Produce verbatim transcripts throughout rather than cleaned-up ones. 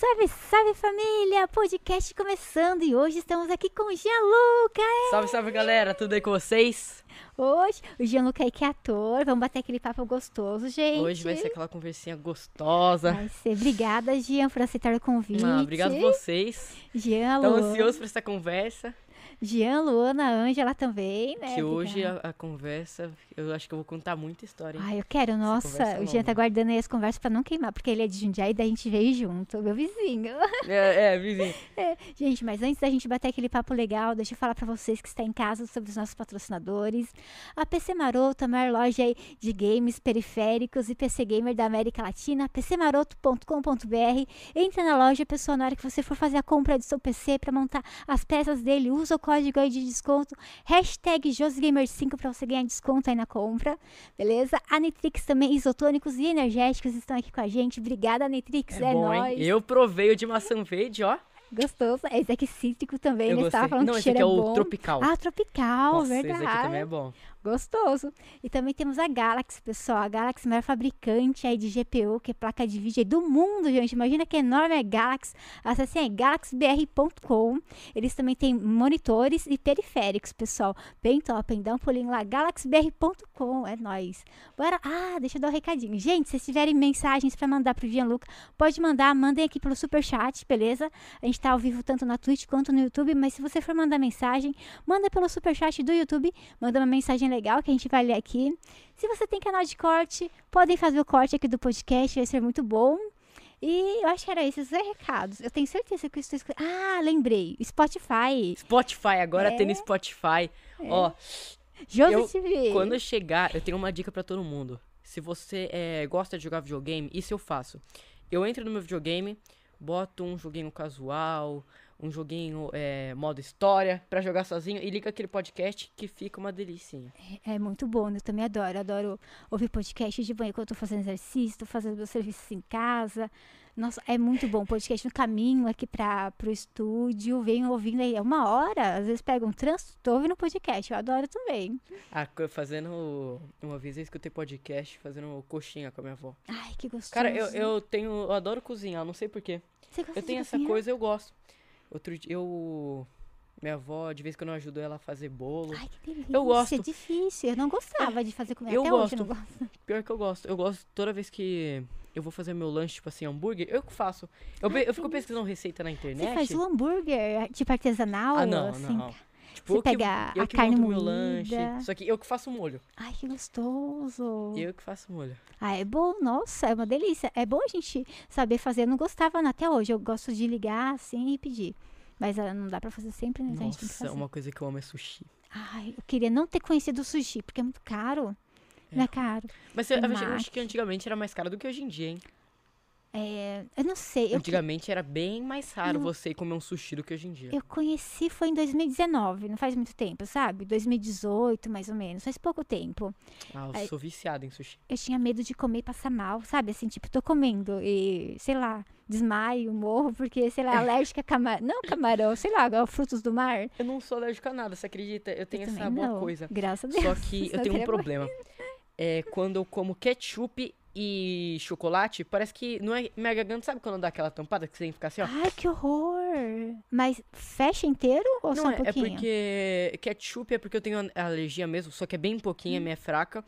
Salve, salve família! Podcast começando e hoje estamos aqui com o Gianluca! É? Salve, salve galera, tudo aí com vocês? Hoje, o Gianluca aí que é ator, vamos bater aquele papo gostoso, gente. Hoje vai ser aquela conversinha gostosa. Vai ser. Obrigada, Gian, por aceitar o convite. Ah, obrigado a vocês. Gian, Tô Lu... ansioso pra essa conversa. Jean, Luana, Ângela também, né? Que hoje a, a conversa, eu acho que eu vou contar muita história. Hein? Ai, eu quero, nossa, o Jean tá guardando aí as conversas pra não queimar, porque ele é de Jundiaí e daí a gente veio junto, meu vizinho. É, é, vizinho. É. Gente, mas antes da gente bater aquele papo legal, deixa eu falar pra vocês que está em casa sobre os nossos patrocinadores. A P C Maroto, a maior loja aí de games, periféricos e P C Gamer da América Latina, p c maroto ponto com ponto b r. Entra na loja, pessoal, na hora que você for fazer a compra do seu P C pra montar as peças dele, usa o código aí de desconto, hashtag Josgamer cinco pra você ganhar desconto aí na compra, beleza? A Nitrix também, isotônicos e energéticos estão aqui com a gente. Obrigada, Nitrix, é, é bom, nóis. Hein? Eu provei o de maçã verde, ó. Gostoso. Esse aqui cítrico também, né? Você tava falando Não, que esse cheiro aqui é, é o bom. tropical. Ah, tropical, Nossa, verdade. Esse aqui também é bom. Gostoso. E também temos a Galaxy, pessoal. A Galaxy, maior fabricante aí de G P U, que é placa de vídeo aí do mundo, gente. Imagina que enorme é a Galaxy. Acessem aí galaxy b r ponto com. Eles também têm monitores e periféricos, pessoal. Bem top, hein? Dá um pulinho lá, galaxy b r ponto com. É nóis. Bora. Ah, deixa eu dar um recadinho. Gente, se tiverem mensagens pra mandar pro Gianluca, pode mandar. Mandem aqui pelo superchat, beleza? A gente tá ao vivo tanto na Twitch quanto no YouTube, mas se você for mandar mensagem, manda pelo superchat do YouTube. Manda uma mensagem legal que a gente vai ler aqui. Se você tem canal de corte, podem fazer o corte aqui do podcast, vai ser muito bom. E eu acho que era esses os recados. Eu tenho certeza que eu estou escrevendo. Ah, lembrei. Spotify. Spotify, agora é. tem no Spotify. É. Ó, eu, quando eu chegar, eu tenho uma dica pra todo mundo. Se você é, gosta de jogar videogame, isso eu faço. Eu entro no meu videogame, boto um joguinho casual, um joguinho é, modo história pra jogar sozinho e liga aquele podcast que fica uma delicinha. É, é muito bom, eu também adoro. Adoro ouvir podcast de banho quando eu tô fazendo exercício, tô fazendo meus serviços em casa. Nossa, é muito bom. Podcast no caminho aqui pra, pro estúdio, venho ouvindo aí. É uma hora, às vezes pego um trânsito, tô ouvindo podcast. Eu adoro também. Ah, fazendo... Uma vez eu escutei podcast fazendo coxinha com a minha avó. Ai, que gostoso. Cara, eu, eu tenho... Eu adoro cozinhar, não sei porquê. Você gosta eu tenho de essa cozinhar? coisa, eu gosto. Outro dia, eu... Minha avó, de vez que eu não ajudo ela a fazer bolo. Ai, que delícia. Eu gosto. É difícil. Eu não gostava de fazer comida. Eu Até gosto. hoje eu não gosto. Pior que eu gosto. Eu gosto toda vez que eu vou fazer meu lanche, tipo assim, hambúrguer, eu que faço. Eu, Ai, eu fico pesquisando receita na internet. Você faz o hambúrguer, tipo artesanal? Ah, não, assim? não. Tipo, Você eu pega que, eu a que carne monto moída. meu lanche. Só que eu que faço o molho. Ai, que gostoso. Eu que faço o molho. Ah, é bom, nossa, é uma delícia. É bom a gente saber fazer. Eu não gostava não, até hoje. Eu gosto de ligar assim e pedir. Mas uh, não dá pra fazer sempre, né? Então a gente tem que Nossa, fazer. uma coisa que eu amo é sushi. Ai, eu queria não ter conhecido o sushi, porque é muito caro. É. Não é caro. Mas eu, eu Temaki. acho que antigamente era mais caro do que hoje em dia, hein? É, eu não sei. Eu, Antigamente era bem mais raro Não. você ir comer um sushi do que hoje em dia. eu conheci foi em dois mil e dezenove, não faz muito tempo, sabe? dois mil e dezoito, mais ou menos. Faz pouco tempo. Ah, eu Aí- sou viciado em sushi. Eu tinha medo de comer e passar mal, sabe? Assim, tipo, tô comendo e, sei lá, desmaio, morro, porque, sei lá, alérgica a camarão. Não camarão, sei lá, frutos do mar. Eu não sou alérgico a nada, você acredita? Eu tenho Eu essa também boa não. coisa. Graças a Deus. Só que eu Senão tenho um teria problema. É quando eu como ketchup e chocolate, parece que não é minha garganta, sabe quando dá aquela tampada que você tem que ficar assim, ó? Ai, que horror! Mas fecha inteiro ou só Não um é, é pouquinho? porque ketchup é porque eu tenho alergia mesmo, só que é bem pouquinha, minha é fraca.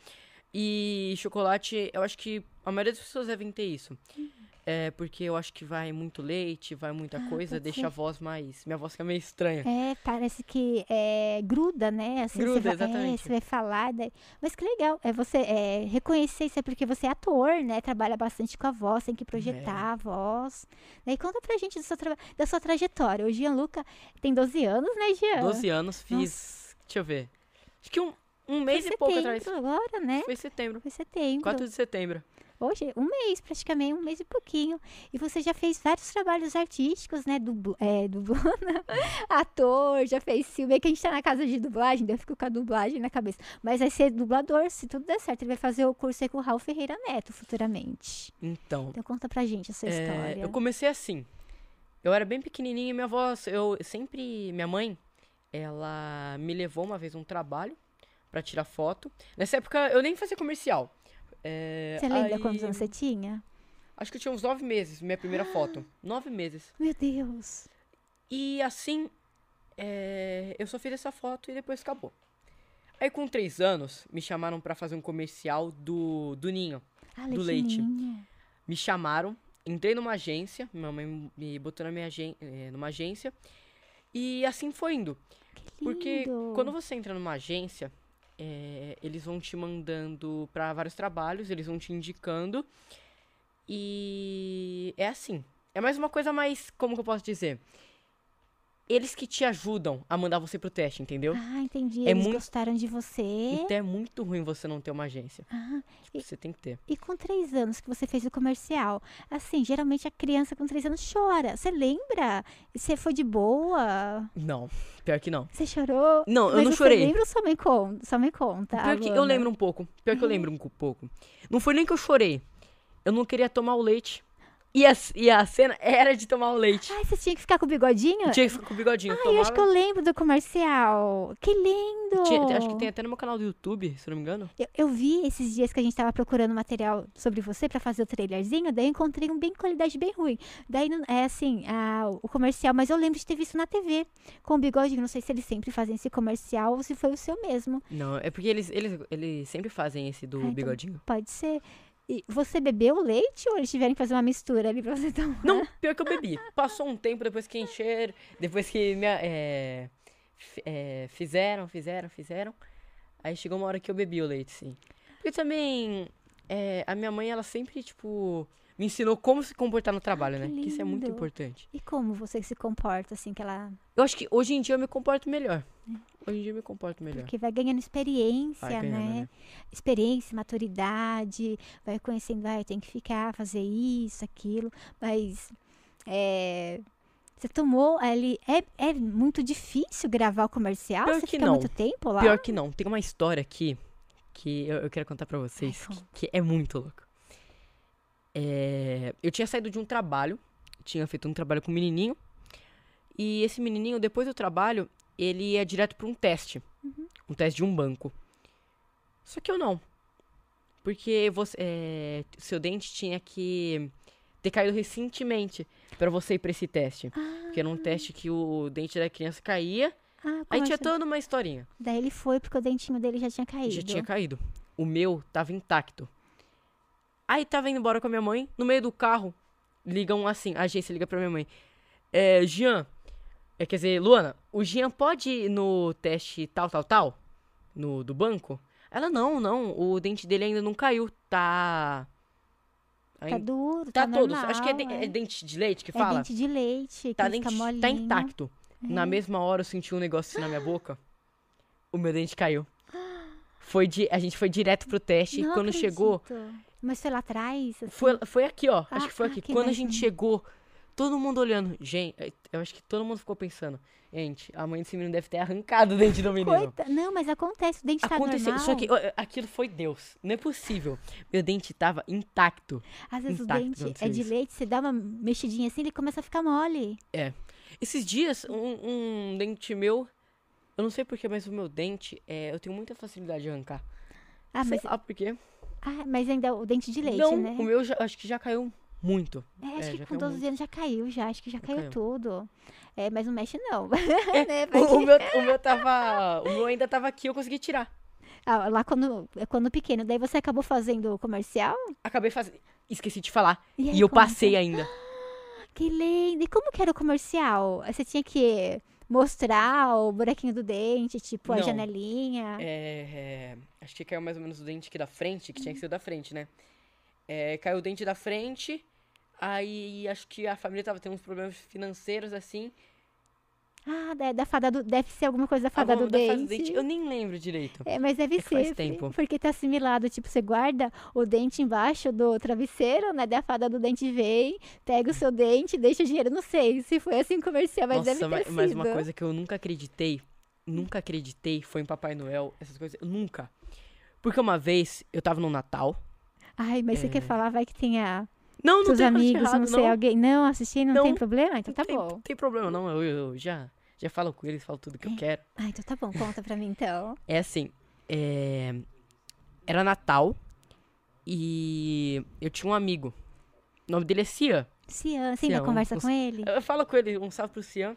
E chocolate, eu acho que a maioria das pessoas devem ter isso. É porque eu acho que vai muito leite, vai muita Ah, coisa, pode deixa ser. a voz mais... Minha voz fica meio estranha. É, parece que é, gruda, né? Assim, Gruda, você vai, exatamente. É, você vai falar. Daí... Mas que legal. É você é, reconhecer isso, é porque você é ator, né? Trabalha bastante com a voz, tem que projetar É. a voz. Daí conta pra gente do seu tra... da sua trajetória. O Gianluca tem doze anos, né, Gian? doze anos, fiz... Deixa eu ver. Acho que um, um mês Foi e pouco atrás. setembro agora, né? Foi setembro. Foi setembro. quatro de setembro. Hoje, um mês, praticamente, um mês e pouquinho. E você já fez vários trabalhos artísticos, né? Dublo, é, dublando, ator, já fez filme. É que a gente tá na casa de dublagem, daí eu fico com a dublagem na cabeça. Mas vai ser dublador, se tudo der certo. Ele vai fazer o curso aí com o Raul Ferreira Neto, futuramente. Então, Então conta pra gente a sua é, história. eu comecei assim. Eu era bem pequenininha e minha avó, eu sempre... Minha mãe, ela me levou uma vez um trabalho pra tirar foto. Nessa época, eu nem fazia comercial. É, Você lembra aí- quantos anos você tinha? Acho que eu tinha uns nove meses, minha primeira foto. Nove meses. Meu Deus. E assim, é, eu só fiz essa foto e depois acabou. Aí com três anos, me chamaram pra fazer um comercial do, do Ninho, Ah, do leite. Ninho. Me chamaram, entrei numa agência, minha mãe me botou na minha agen- eh, numa agência, e assim foi indo. Que Porque lindo. quando você entra numa agência, é, eles vão te mandando pra vários trabalhos, eles vão te indicando, e é assim. É mais uma coisa mais, como que eu posso dizer? Eles que te ajudam a mandar você pro teste, entendeu? Ah, entendi. É Eles muito- gostaram de você. Então é muito ruim você não ter uma agência. Ah, Tipo, e- você tem que ter. e com três anos que você fez o comercial, assim, geralmente a criança com três anos chora. Você lembra? Você foi de boa? Não, pior que não. Você chorou? Não, eu Mas não você chorei. lembra ou só me conta? Só me conta. Pior que eu Alana? lembro um pouco. Pior que eu lembro um cu- pouco. Não foi nem que eu chorei. Eu não queria tomar o leite. E a, e a cena era de tomar o leite. Ai, você tinha que ficar com o bigodinho? Tinha que ficar com o bigodinho. Ai, eu tomava. acho que eu lembro do comercial. Que lindo! Tinha- acho que tem até no meu canal do YouTube, se eu não me engano. Eu, eu vi esses dias que a gente tava procurando material sobre você pra fazer o trailerzinho, daí eu encontrei um bem qualidade bem ruim. Daí não- é assim, a- o comercial, mas eu lembro de ter visto na T V com o bigodinho. Não sei se eles sempre fazem esse comercial ou se foi o seu mesmo. Não, é porque eles, eles, eles sempre fazem esse do Ah, então- bigodinho. Pode ser. E você bebeu o leite ou eles tiveram que fazer uma mistura ali pra você tomar? Não, pior que eu bebi. Passou um tempo depois que encheram, depois que me, é, f- é, fizeram, fizeram, fizeram. Aí chegou uma hora que eu bebi o leite, sim. Porque também, é, a minha mãe, ela sempre, tipo, me ensinou como se comportar no trabalho, que né? Que isso é muito lindo. importante. E como você se comporta, assim, que ela... Eu acho que hoje em dia eu me comporto melhor. Hoje em dia eu me comporto melhor. Porque vai ganhando experiência, Vai ganhando, né? né? Experiência, maturidade, vai conhecendo, vai, tem que ficar, fazer isso, aquilo. Mas é, você tomou ali. É, é muito difícil gravar o comercial? Pior Você que fica não. muito tempo lá? Pior que não. Tem uma história aqui que eu, eu quero contar pra vocês, Ai, que, conta. que é muito louco. É, eu tinha saído de um trabalho, tinha feito um trabalho com um menininho, e esse menininho, depois do trabalho, ele ia direto pra um teste. Uhum. Um teste de um banco. Só que eu não. Porque você, é, seu dente tinha que ter caído recentemente pra você ir pra esse teste. Ah, Porque era um teste que o dente da criança caía. ah, Aí tinha comercial. toda uma historinha. Daí ele foi porque o dentinho dele já tinha caído. Já tinha caído. O meu tava intacto. Aí tava indo embora com a minha mãe. No meio do carro, ligam assim. A agência liga pra minha mãe. É, Jean. É, quer dizer, Luana, o Jean pode ir no teste tal, tal, tal? No, do banco? Ela, não, não. O dente dele ainda não caiu. Tá... Tá Ainda- duro, Tá tá, todos. normal, Acho que é, de- é. é dente de leite que É fala. dente de leite, Tá, que dente, fica molinho. tá intacto. Na mesma hora eu senti um negócio assim na minha boca. O meu dente caiu. Foi de, a gente foi direto pro teste. Não Quando acredito. chegou, Mas foi lá atrás? Assim? foi, foi aqui, ó. Ah, acho que foi ah, aqui. que Quando a mais gente um. chegou, todo mundo olhando. Gente, eu acho que todo mundo ficou pensando. Gente, a mãe desse menino deve ter arrancado o dente do menino. Coita... Não, mas acontece, o dente tá Aconteceu. normal. Só que ó, aquilo foi Deus. Não é possível. Meu dente tava intacto. Às vezes intacto o dente aconteceu é de isso. leite, você dá uma mexidinha assim, ele começa a ficar mole. Esses dias, um, um dente meu. Eu não sei porquê, mas o meu dente, é, eu tenho muita facilidade de arrancar. Ah, Sei mas, lá por quê. ah, mas ainda o dente de leite, não, né? o meu já, acho que já caiu muito. É, acho é, que já com caiu doze muito. anos já caiu, já. Acho que já, Já caiu, caiu. tudo. É, mas não mexe não. É, Né? O, Porque- o meu, o meu tava. O meu ainda tava aqui, eu consegui tirar. Ah, lá quando, quando pequeno. Daí você acabou fazendo o comercial? Acabei fazendo. Esqueci de falar. E, aí, E eu conta. passei ainda. Que lindo. E como que era o comercial? Você tinha que mostrar o buraquinho do dente, tipo, a Não. janelinha. É, é, acho que caiu mais ou menos o dente aqui da frente, que tinha que ser o da frente, né? É, caiu o dente da frente. Aí acho que a família tava tendo uns problemas financeiros assim. Ah, da, da fada do, deve ser alguma coisa da fada Alguma do da dente. fase do dente. Eu nem lembro direito. É, mas deve É que faz ser, tempo. porque tá assimilado, tipo, você guarda o dente embaixo do travesseiro, né, daí a fada do dente vem, pega o seu dente, deixa o dinheiro, não sei se foi assim comercial, mas Nossa, deve ter ma- sido. mas uma coisa que eu nunca acreditei, nunca acreditei foi em Papai Noel, essas coisas, eu nunca. Porque uma vez eu tava no Natal. Ai, mas você quer É. falar, vai que tenha Não, não seus tem nada de amigos, errado, não sei, não. alguém, não, assistir, não, Não, tem problema? Então tá tem, bom. tem problema não, eu, eu já, já falo com eles, falo tudo que eu É. quero. Ah, então tá bom, conta pra mim então. É assim, é, era Natal e eu tinha um amigo. O nome dele é Cian. Cian, você ainda Cian, um- conversa um- com ele? Eu falo com ele, um salve pro Cian.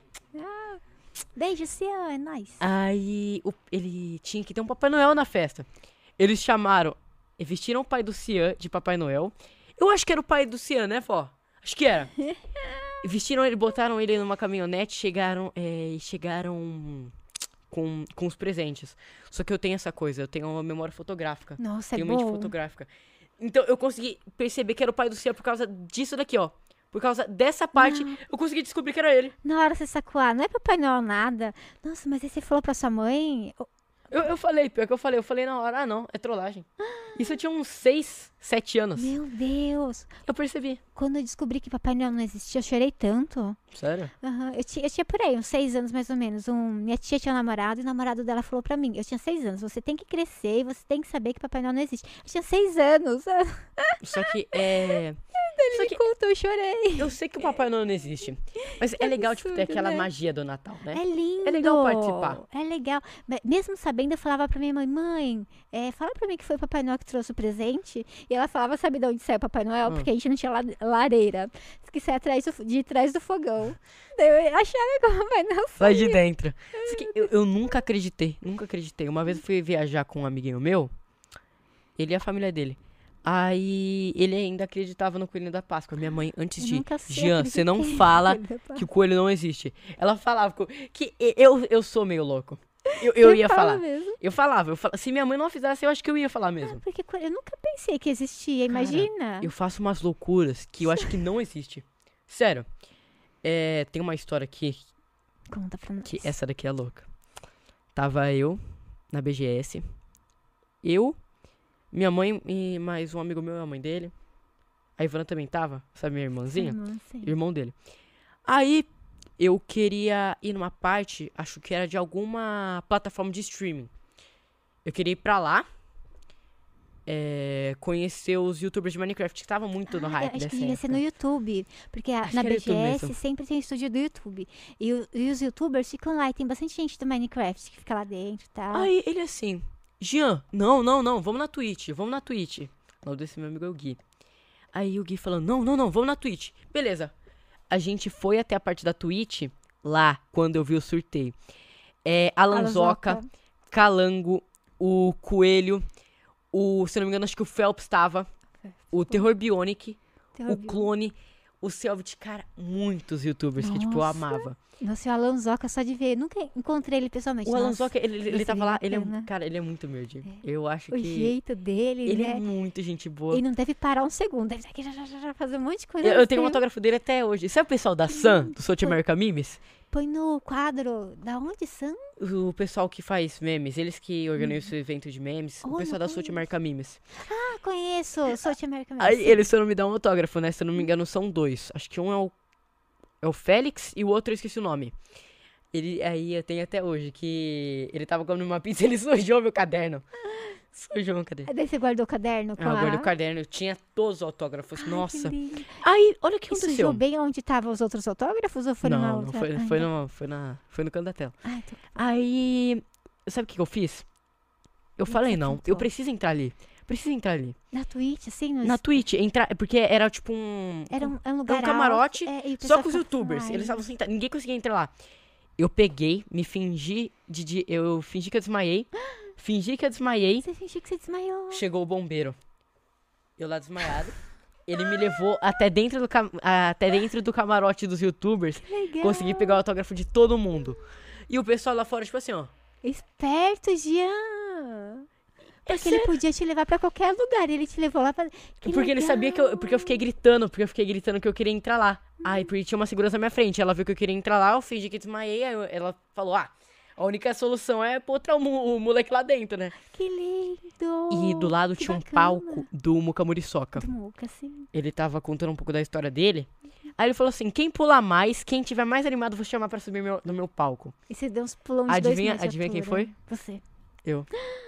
Beijo, Cian, é nóis. Aí o- ele tinha que ter um Papai Noel na festa. Eles chamaram, vestiram o pai do Cian de Papai Noel. Eu acho que era o pai do Cian, né, vó? Acho que era. Vestiram ele, botaram ele numa caminhonete, chegaram, é, e chegaram com, com os presentes. Só que eu tenho essa coisa, eu tenho uma memória fotográfica. Nossa, é Tenho mente bom. fotográfica. Então eu consegui perceber que era o pai do Cian por causa disso daqui, ó. Por causa dessa parte, eu consegui descobrir que era ele. Na hora você sacou, ah, não é Papai Noel nada. Nossa, mas aí você falou pra sua mãe? Oh, Eu, eu falei, pior que eu falei, eu falei na hora, ah não, é trollagem. Isso eu tinha uns seis, sete anos. meu Deus. Eu percebi. Quando eu descobri que Papai Noel não existia, eu chorei tanto. Sério? Aham, Eu, tinha, eu tinha por aí, uns seis anos mais ou menos. Um, minha tia tinha um namorado e o namorado dela falou pra mim: eu tinha seis anos, você tem que crescer e você tem que saber que Papai Noel não existe. Eu tinha seis anos. Só que é. Ele Só me que contou, eu chorei. eu sei que o Papai Noel não existe. Mas é legal, tipo, ter absurdo, aquela né? magia do Natal, né? É lindo. É legal participar. É legal. Mas mesmo sabendo, eu falava pra minha mãe: mãe, é, fala pra mim que foi o Papai Noel que trouxe o presente. E ela falava: sabe de onde saiu o Papai Noel? Hum. Porque a gente não tinha la- lareira. Diz que saiu atrás do, de trás do fogão. Daí eu achava que o Papai Noel Lá de saía. dentro. Só que eu, eu nunca acreditei, nunca acreditei. Uma vez eu fui viajar com um amiguinho meu, ele e a família dele. Aí ele ainda acreditava no Coelhinho da Páscoa. Minha mãe, antes Eu de. nunca sei Jean, você não acreditar. fala Coelho da Páscoa. que o coelho não existe. Ela falava co- que eu, eu sou meio louco. Eu, eu Você ia fala falar. mesmo? Eu falava, eu fala- se minha mãe não fizesse, eu acho que eu ia falar mesmo. Porque coelho- eu nunca pensei que existia, imagina. Eu faço umas loucuras que eu acho que não existe. Sério. É, tem uma história aqui Conta pra nós. que essa daqui é louca. Tava eu na B G S. Eu, minha mãe e mais um amigo meu e a mãe dele. A Ivana também tava, sabe, minha irmãzinha? Não sei. Irmão dele. Aí eu queria ir numa parte, acho que era de alguma plataforma de streaming. Eu queria ir pra lá, é, conhecer os youtubers de Minecraft, que estavam muito no Ah, hype acho dessa que devia ser época. no YouTube, porque a- Acho na que era YouTube B G S mesmo. sempre tem estúdio do YouTube. E, o- e os youtubers ficam lá, e tem bastante gente do Minecraft que fica lá dentro e tal. Aí ele assim, Jean, não, não, não, vamos na Twitch, vamos na Twitch. O nome desse meu amigo é o Gui. Aí o Gui falando, não, não, não, vamos na Twitch. Beleza. A gente foi até a parte da Twitch, lá, quando eu vi o sorteio. É, Alanzoca, Alanzoca. Calango, o Coelho, o, se eu não me engano, acho que o Phelps tava, o Terror Bionic, Terror o Bionic. Clone, o Selvit, cara, muitos youtubers que, tipo, eu Nossa. amava. Nossa, o Alanzoca só de ver. Eu nunca encontrei ele pessoalmente. O Nossa, Alanzoca, ele, ele esse tava lá, ele é, bacana. cara, ele é muito humilde. Eu acho O que jeito dele, ele né? é muito gente boa. Ele não deve parar um segundo. Deve estar aqui, já, já, já, já, fazer um monte de coisa. Eu, ao eu tenho um mesmo autógrafo dele até hoje. Sabe o pessoal da Sun, do South Foi- America Memes? tempo. Põe no quadro. Da onde são? O pessoal que faz memes, eles que organizam esse evento de memes. Oh, o não pessoal da South conheço. America Memes. Ah, conheço. South America Aí Memes. eles foram me dar um autógrafo, né? Se eu não me engano, são dois. Acho que um é o, é o Félix e o outro eu esqueci o nome. Ele, aí eu tenho até hoje que ele tava comendo uma pizza e ele sujou meu caderno. Sujou meu caderno. Daí você guardou o caderno com Ah, eu a... guardei o caderno, eu tinha todos os autógrafos. Ai, Nossa. que lindo. Aí, olha o que E sujou aconteceu. bem onde estavam os outros autógrafos ou foi numa Não, outra? não foi, Ah, foi, então- no, foi, na, foi no canto da tela. Ah, então- Aí, sabe o que, que eu fiz? Eu que falei, você não, eu aprontou? preciso entrar ali. Preciso entrar ali. Na Twitch, assim? Nos... Na Twitch, entrar, porque era tipo um... Era um, é um um lugar camarote, alto, é, e o só pessoal com os ficava youtubers. lá, Eles e- estavam sentados, ninguém conseguia entrar lá. Eu peguei, me fingi de, de- eu fingi que eu desmaiei. Fingi que eu desmaiei. Você fingiu que você desmaiou. Chegou o bombeiro. Eu lá desmaiado. Ele me levou até dentro do, cam- até dentro do camarote dos youtubers. Legal. Consegui pegar o autógrafo de todo mundo. E o pessoal lá fora, tipo assim, ó. Esperto, Jean. É Porque ele podia te levar pra qualquer lugar. E ele te levou lá pra... Que porque ele sabia que eu. Porque eu fiquei gritando, porque eu fiquei gritando que eu queria entrar lá. Aí, porque tinha uma segurança na minha frente. Ela viu que eu queria entrar lá, eu fingi que desmaiei. Aí eu- ela falou: ah, a única solução é botar o, mo- o moleque lá dentro, né? Que lindo. E do lado Que tinha um bacana. palco do Muka Muriçoca. Do Muca, sim. Ele tava contando um pouco da história dele. Aí ele falou assim: quem pular mais, quem tiver mais animado, vou chamar pra subir meu- no meu palco. E você deu uns pulões de dois Adivinha- metros de adivinha quem altura. foi? Você. Eu.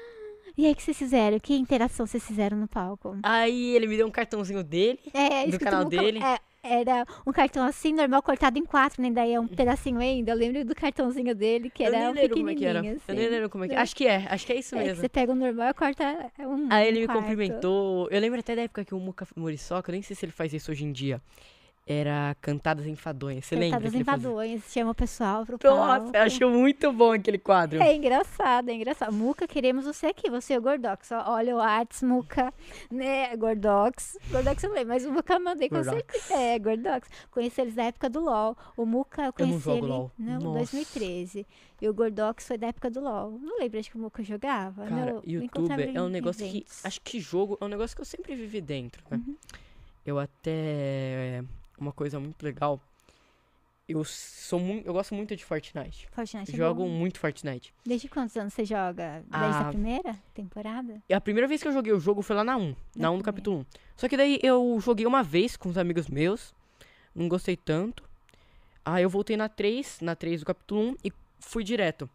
E aí, o que vocês fizeram? Que interação vocês fizeram no palco? Aí ele me deu um cartãozinho dele. É, Do escrito canal Muca- dele? É, era um cartão assim, normal, cortado em quatro, né? Daí é um pedacinho ainda. Eu lembro do cartãozinho dele, que Eu era nem um lembro como é que era. pequenininho, Eu nem assim. lembro como é que Né? Acho que é, acho que é isso É que mesmo. você pega o normal e corta um Aí ele um me quarto. cumprimentou. Eu lembro até da época que o Muka Muriçoca, eu nem sei se ele faz isso hoje em dia. Era Cantadas Enfadonhas. Você lembra Cantadas que ele fazia? Enfadonhas, chama o pessoal pro Nossa, palco. eu acho muito bom aquele quadro. É engraçado, é engraçado. Muca, queremos você aqui, você e o Gordox. Ó, olha o Arts, Muca, né? Gordox. Gordox eu não lembro, mas o Muca eu mandei com Gordox. certeza. É, Gordox. Conheci eles da época do LOL. O Muca eu Eu conheci não jogo ele LOL. no Nossa. dois mil e treze. E o Gordox foi da época do LOL. Não lembro de que o Muca jogava. Cara, não, eu encontrava youtuber ele é um em negócio eventos. que. Acho que jogo é um negócio que eu sempre vivi dentro, né? Uhum. Eu até. Uma coisa muito legal. Eu sou muito. Eu gosto muito de Fortnite. Fortnite é Jogo bom. muito Fortnite. Desde quantos anos você joga? Desde Ah. a primeira temporada? E a primeira vez que eu joguei o jogo foi lá na um. Na Na um do primeira. capítulo um. Só que daí eu joguei uma vez com os amigos meus. Não gostei tanto. Aí eu voltei na três. Na três do capítulo um. E fui direto.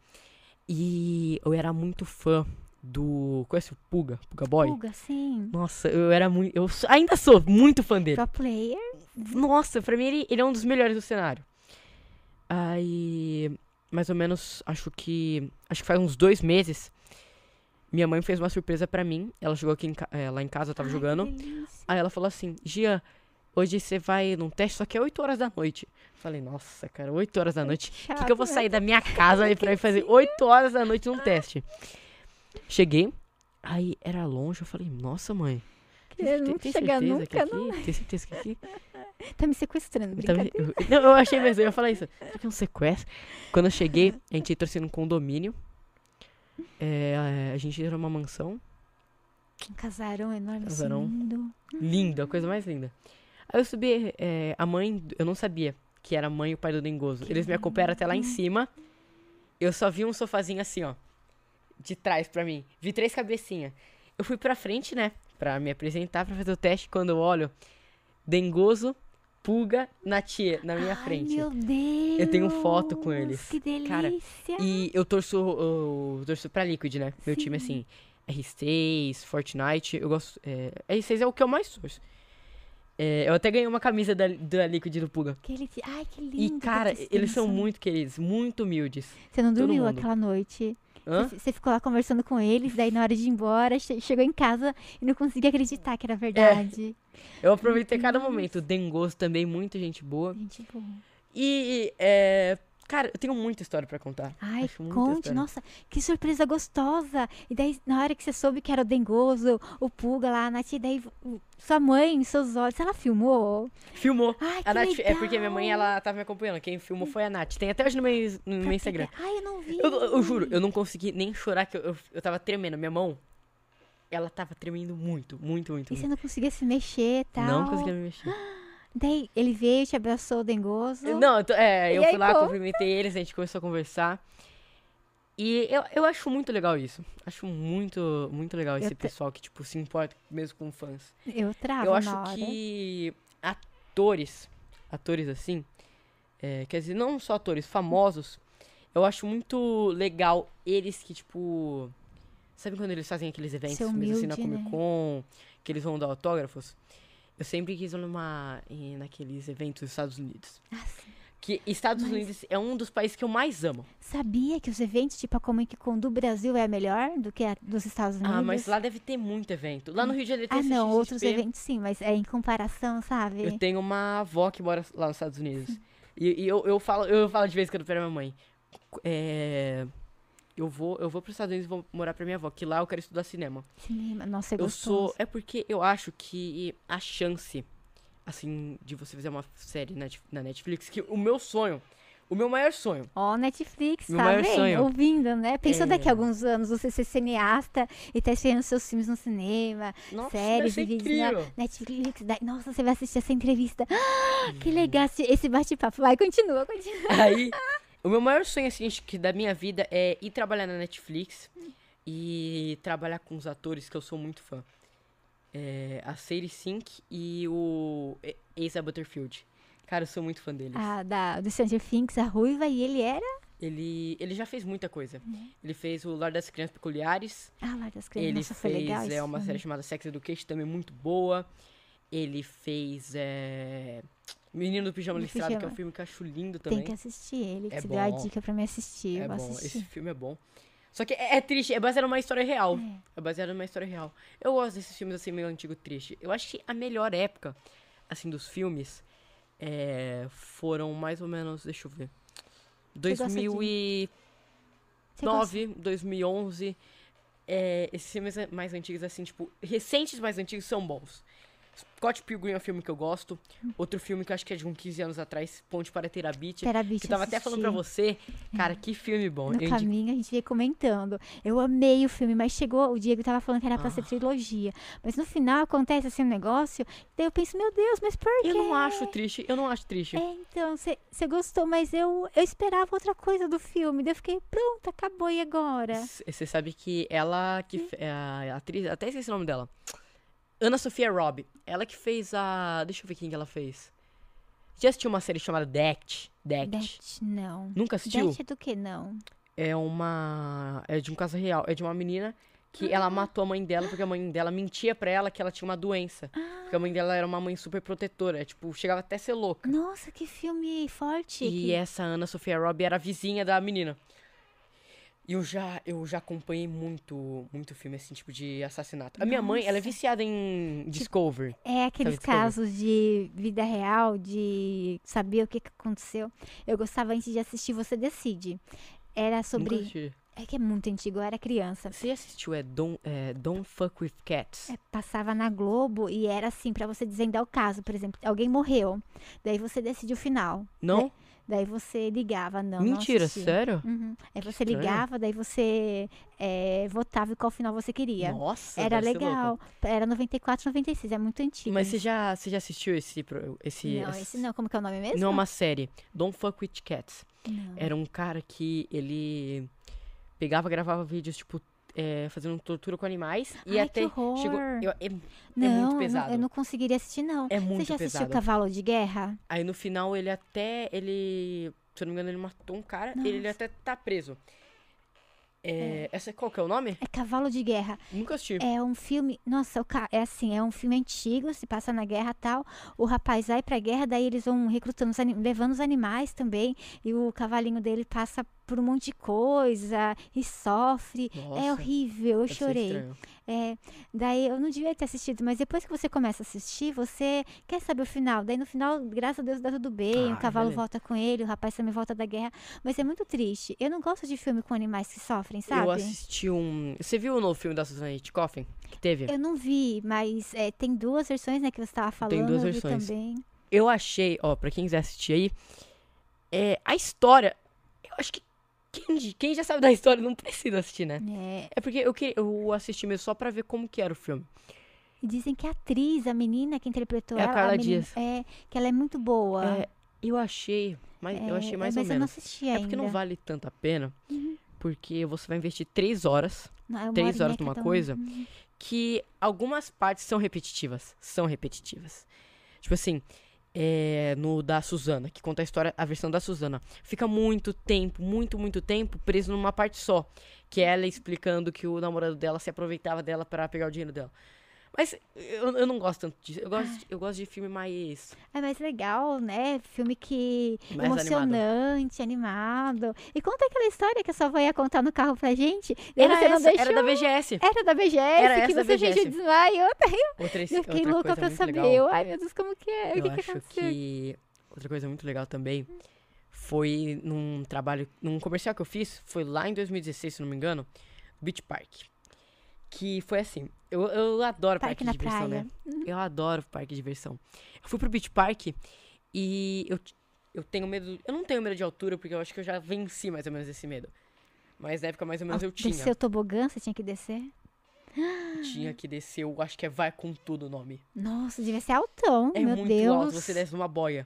E eu era muito fã do. Conhece o Puga? Puga Boy? Pulga, sim. Nossa, eu era muito. Eu sou- ainda sou muito fã dele. Pro player. Nossa, pra mim ele, ele é um dos melhores do cenário. Aí, mais ou menos, acho que. Acho que faz uns dois meses. Minha mãe fez uma surpresa pra mim. Ela chegou aqui em ca- eh, lá em casa, eu tava Ai, jogando. que delícia. Aí ela falou assim: Gia, hoje você vai num teste, só que é oito horas da noite. Falei, nossa, cara, oito horas da noite. O que, que eu vou Chato, sair da minha casa aí pra ir fazer oito horas da noite num teste? Cheguei, aí era longe, eu falei, nossa, mãe. Eu não tem chegar certeza que nunca, aqui? Tem certeza que aqui? Tá me sequestrando, Tá me- brincadeira. eu, não, eu achei mesmo, eu ia falar isso. Será que é um sequestro? Quando eu cheguei, a gente trouxe num condomínio. É, a gente era uma mansão. Um casarão enorme, Casarão. assim, lindo. Linda, a coisa mais linda. Aí eu subi, é, a mãe, eu não sabia que era a mãe e o pai do Dengoso. Que Eles me acompanharam até lá em lindo. cima. Eu só vi um sofazinho assim, ó. De trás pra mim. Vi três cabecinhas. Eu fui pra frente, né? Pra me apresentar, pra fazer o teste. Quando eu olho, Dengoso, Puga, Natia, na minha Ai, frente. meu Deus. Eu tenho foto com eles. Que delícia. Cara, E eu torço, eu torço pra Liquid, né? Meu time, assim, R seis, Fortnite. Eu gosto. É, R seis é o que eu mais torço. É, eu até ganhei uma camisa da, da Liquid do Puga. Que ele... Ai, que lindo. E, que cara, tristeza. eles são muito queridos, muito humildes. Você não todo dormiu mundo. aquela noite? Hã? Você, você ficou lá conversando com eles, daí na hora de ir embora, che- chegou em casa e não conseguia acreditar que era verdade. Eu aproveitei cada Deus. momento. O Dengoso também, muita gente boa. Gente boa. E, é, cara, eu tenho muita história pra contar. Ai, Acho muita conte, história. nossa, que surpresa gostosa. E daí, na hora que você soube que era o Dengoso, o Puga lá, a Nath, e daí o- sua mãe, seus olhos, ela filmou? Filmou. Ai, que A Nath, legal. é porque minha mãe, ela tava me acompanhando. Quem filmou foi a Nath. Tem até hoje no meu, no meu Pra Instagram. pegar- Ai, eu não vi. Eu, eu juro, eu não consegui nem chorar, que eu, eu, eu tava tremendo. Minha mão, ela tava tremendo muito, muito, muito. E você muito. não conseguia se mexer e tal. Não conseguia me mexer. Daí ele veio, te abraçou, o Dengoso. Não, eu tô- é, E eu aí, fui lá, como? cumprimentei eles, a gente começou a conversar. E eu, eu acho muito legal isso. Acho muito, muito legal esse te- pessoal que, tipo, se importa mesmo com fãs. Eu travo eu na acho hora. que atores, atores assim, é, quer dizer, não só atores, famosos, eu acho muito legal eles que, tipo, sabe quando eles fazem aqueles eventos, Ser mesmo assim, na humilde, né? Comic Con, que eles vão dar autógrafos? Eu sempre quis ir numa, em- naqueles eventos dos Estados Unidos. Ah, sim. Que Estados Mas- Unidos é um dos países que eu mais amo. Sabia que os eventos, tipo a Comic Con do Brasil é melhor do que a dos Estados Unidos? Ah, mas lá deve ter muito evento. Lá no Rio de Janeiro tem Ah, não, C X X P. outros eventos sim, mas é em comparação, sabe? Eu tenho uma avó que mora lá nos Estados Unidos. E, e eu, eu, falo, eu falo de vez em quando pra minha mãe. É, eu vou, eu vou pros Estados Unidos e vou morar pra minha avó, que lá eu quero estudar cinema. Cinema, nossa, é Eu gostoso. sou. É porque eu acho que a chance, assim, de você fazer uma série na, na Netflix, que o meu sonho, o meu maior sonho. Ó, Netflix, Meu tá maior vendo? sonho. Ouvindo, né? Pensou É. daqui a alguns anos você ser cineasta e tá estreando seus filmes no cinema, Nossa, séries vai e ser vídeos na incrível. Netflix. Daí, nossa, você vai assistir essa entrevista. Ah, que legal esse- esse bate-papo. Vai, continua, continua. Aí, o meu maior sonho, assim, acho que da minha vida é ir trabalhar na Netflix e trabalhar com os atores que eu sou muito fã. É, a Sadie Sink e o E- Asa Butterfield. Cara, eu sou muito fã deles. A da, do Stranger Things, a Ruiva, e ele era... Ele, ele já fez muita coisa. Ele fez o Lar das Crianças Peculiares. Ah, lá das Crianças. Ele Nossa, foi fez legal é, esse uma filme. série chamada Sex Education, também muito boa. Ele fez... É, Menino do Pijama Do Listrado, que é Pijama. um filme que eu acho lindo também. Tem que assistir ele, que É você deu a bom. dica pra me assistir. É eu vou bom, assistir. esse filme é bom. Só que é, é triste, é baseado numa história real. É. É baseado numa história real. Eu gosto desses filmes assim, meio antigo triste. Eu acho que a melhor época, assim, dos filmes é, foram mais ou menos, deixa eu ver, gosta de- dois mil e nove, dois mil e onze. É, esses filmes mais antigos, assim, tipo, recentes mais antigos são bons. Scott Pilgrim é um filme que eu gosto. Outro filme que eu acho que é de uns quinze anos atrás, Ponte para Terabithia. Terabithia, Que eu tava até falando pra assisti. você. Cara, que filme bom. No Eu indico- caminho a gente ia comentando. Eu amei o filme, mas chegou, o Diego tava falando que era pra Ah. ser trilogia. Mas no final acontece assim um negócio, daí eu penso, meu Deus, mas por quê? Eu não acho triste, eu não acho triste. É, então, você gostou, mas eu, eu esperava outra coisa do filme. Daí eu fiquei, pronto, acabou, e agora? Você sabe que ela que fe- é a atriz, até esqueci o nome dela. Ana Sofia Robb. Ela que fez a. Deixa eu ver quem que ela fez. Já assistiu uma série chamada Dect? Dect. Dete, não. Nunca assistiu? Dete é do que, não? É uma. É de um caso real. É de uma menina que ela matou a mãe dela porque a mãe dela mentia pra ela que ela tinha uma doença. Porque a mãe dela era uma mãe super protetora. Tipo, chegava até a ser louca. Nossa, que filme forte. E que... essa Ana Sofia Robb era a vizinha da menina. E eu já, eu já acompanhei muito, muito filme, assim, tipo, de assassinato. A minha mãe, ela é Nossa. viciada em Discovery. É aqueles Sabe, Discovery? casos de vida real, de saber o que, que aconteceu. Eu gostava antes de assistir Você Decide. Era Nunca sobre... assisti. É que é muito antigo, eu era criança. Você assistiu, é Don't, é Don't Fuck With Cats? É, passava na Globo e era assim, pra você desvendar o caso. Por exemplo, alguém morreu. Daí você decide o final. Não? Né? Daí você ligava, não, Mentira, não assisti. sério? Uhum. Aí você estranho. ligava, daí você é, votava em qual final você queria. Nossa, Era deve ser legal. louco. Era noventa e quatro, noventa e seis, é muito antigo. Mas você já, você já assistiu esse... pro- esse Não, esse- esse não. Como que é o nome mesmo? Não é uma série. Don't Fuck With Cats. Não. Era um cara que ele pegava, gravava vídeos, tipo, é, fazendo tortura com animais. E Ai, até que horror. chegou... eu- é, é Não, muito eu não- pesado. Eu não conseguiria assistir, não. É muito Você já assistiu pesado. Cavalo de Guerra? Aí no final ele até, ele, se eu não me engano, ele matou um cara, Nossa. ele até tá preso. É, essa, qual que é o nome? É Cavalo de Guerra. Nunca assisti. É um filme, nossa, o ca- é assim, é um filme antigo, se passa na guerra e tal. O rapaz vai pra guerra, daí eles vão recrutando, os ani- levando os animais também. E o cavalinho dele passa por um monte de coisa e sofre. Nossa, É horrível, eu deve ser chorei. estranho. É, daí eu não devia ter assistido, mas depois que você começa a assistir, você quer saber o final. Daí no final, graças a Deus, dá tudo bem. Ah, o cavalo beleza. volta com ele, o rapaz também volta da guerra. Mas é muito triste. Eu não gosto de filme com animais que sofrem, sabe? Eu assisti um... Você viu o novo filme da Susana Hitchcock? Que teve? Eu não vi, mas é, tem duas versões, né, que você tava falando. duas eu vi versões. também. Eu achei, ó, pra quem quiser assistir aí, é, a história, eu acho que quem, quem já sabe da história não precisa assistir, né? É, É porque eu, que, eu assisti mesmo só pra ver como que era o filme. e dizem que a atriz, a menina que interpretou É a ela, Carla menina- Dias. é, que ela é muito boa. É, eu achei, mas eu É, achei mais mas ou eu não menos. assisti É ainda. porque não vale tanto a pena, porque você vai investir três horas, Não, é uma três horinha horas numa cada um. coisa, que algumas partes são repetitivas. São repetitivas. Tipo assim, é, no da Susana, que conta a história, a versão da Susana. Fica muito tempo, muito, muito tempo preso numa parte só. Que é ela explicando que o namorado dela se aproveitava dela pra pegar o dinheiro dela. Mas eu, eu não gosto tanto disso. Eu gosto, de- eu gosto de filme mais. É mais legal, né? Filme que Mais emocionante, animado. E conta aquela história que a sua avó ia contar no carro pra gente. Daí Era você não essa, deixou. era da V G S. Era da B G S, Era que essa da você V G S. fingiu desmaio. Outra, Eu fiquei outra louca coisa pra muito saber. legal. Eu, ai, meu Deus, como que é? O Eu que, que acho aconteceu? que outra coisa muito legal também foi num trabalho, num comercial que eu fiz, foi lá em dois mil e dezesseis, se não me engano, Beach Park. Que foi assim, eu, eu adoro Parque parque, na de diversão, praia. né? Eu adoro parque de diversão. Eu fui pro Beach Park e eu, t- eu tenho medo, eu não tenho medo de altura, porque eu acho que eu já venci mais ou menos esse medo. Mas na época mais ou menos eu tinha. Descer o tobogã, você tinha que descer? Tinha que descer, eu acho que é Vai Com Tudo o nome. Nossa, devia ser altão, É meu muito Deus. alto, você desce numa boia.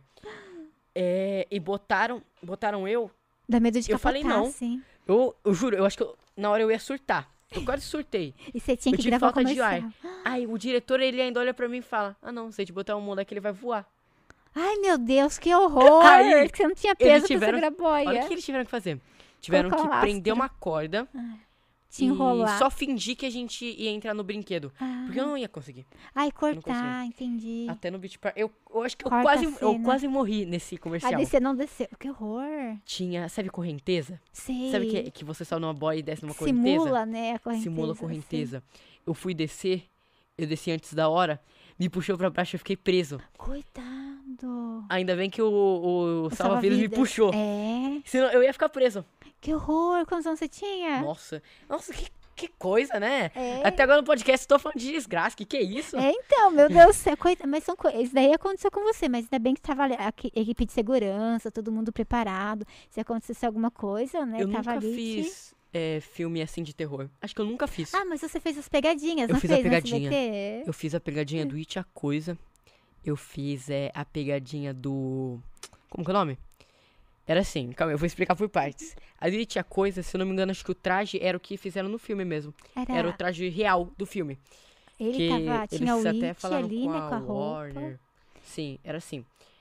É, e botaram, botaram eu, Dá medo de Eu falei capotar, não. sim. eu, eu juro, eu acho que eu- na hora eu ia surtar. Eu quase surtei. E você tinha Eu que tive gravar o falta de comercial. ar. Aí o diretor, ele ainda olha pra mim e fala, ah não, se a gente botar um mundo aqui, ele vai voar. Ai, meu Deus, que horror! Aí, que você não tinha eles peso tiveram- pra segurar a boia. Olha o que eles tiveram que fazer. Tiveram Colocar que um prender lastro. uma corda, Te e enrolar. só fingir que a gente ia entrar no brinquedo. Ah. Porque eu não ia conseguir. Ai, não cortar, entendi. Até no Beach Park. Eu, eu acho que eu Corta quase, a eu cena. quase morri nesse Ah, comercial. daí você não desceu. Que horror. Tinha, sabe, correnteza? Sei. Sabe que, que você sobe numa boia e desce numa correnteza? Simula, né, a correnteza. Simula a assim. correnteza. Eu fui descer, eu desci antes da hora, me puxou pra baixo e eu fiquei preso. Coitado. Ainda bem que o, o, O salva-vidas me salva-vidas. puxou. É. Senão eu ia ficar preso. Que horror. Quantos anos você tinha? Nossa, nossa, que, que coisa, né? É. Até agora no podcast eu tô falando de desgraça, que que é isso? É, então, meu Deus do céu, coita- mas são coisas. Isso daí aconteceu com você, mas ainda bem que tava ali a equi- equipe de segurança, todo mundo preparado. Se acontecesse alguma coisa, né? eu tava nunca ali. te- fiz é, filme assim de terror. Acho que eu nunca fiz. Ah, mas você fez as pegadinhas, Eu não fiz a fez pegadinha. no S B T? Eu fiz a pegadinha do It a Coisa. Eu fiz é, a pegadinha do... Como que é o nome? Era assim, calma, eu vou explicar por partes. A do It a Coisa, se eu não me engano, acho que o traje era o que fizeram no filme mesmo. Era, Era o traje real do filme. ele que tava, tinha o eles até It falaram ali, com né, a com a roupa. Warner. Sim, era assim.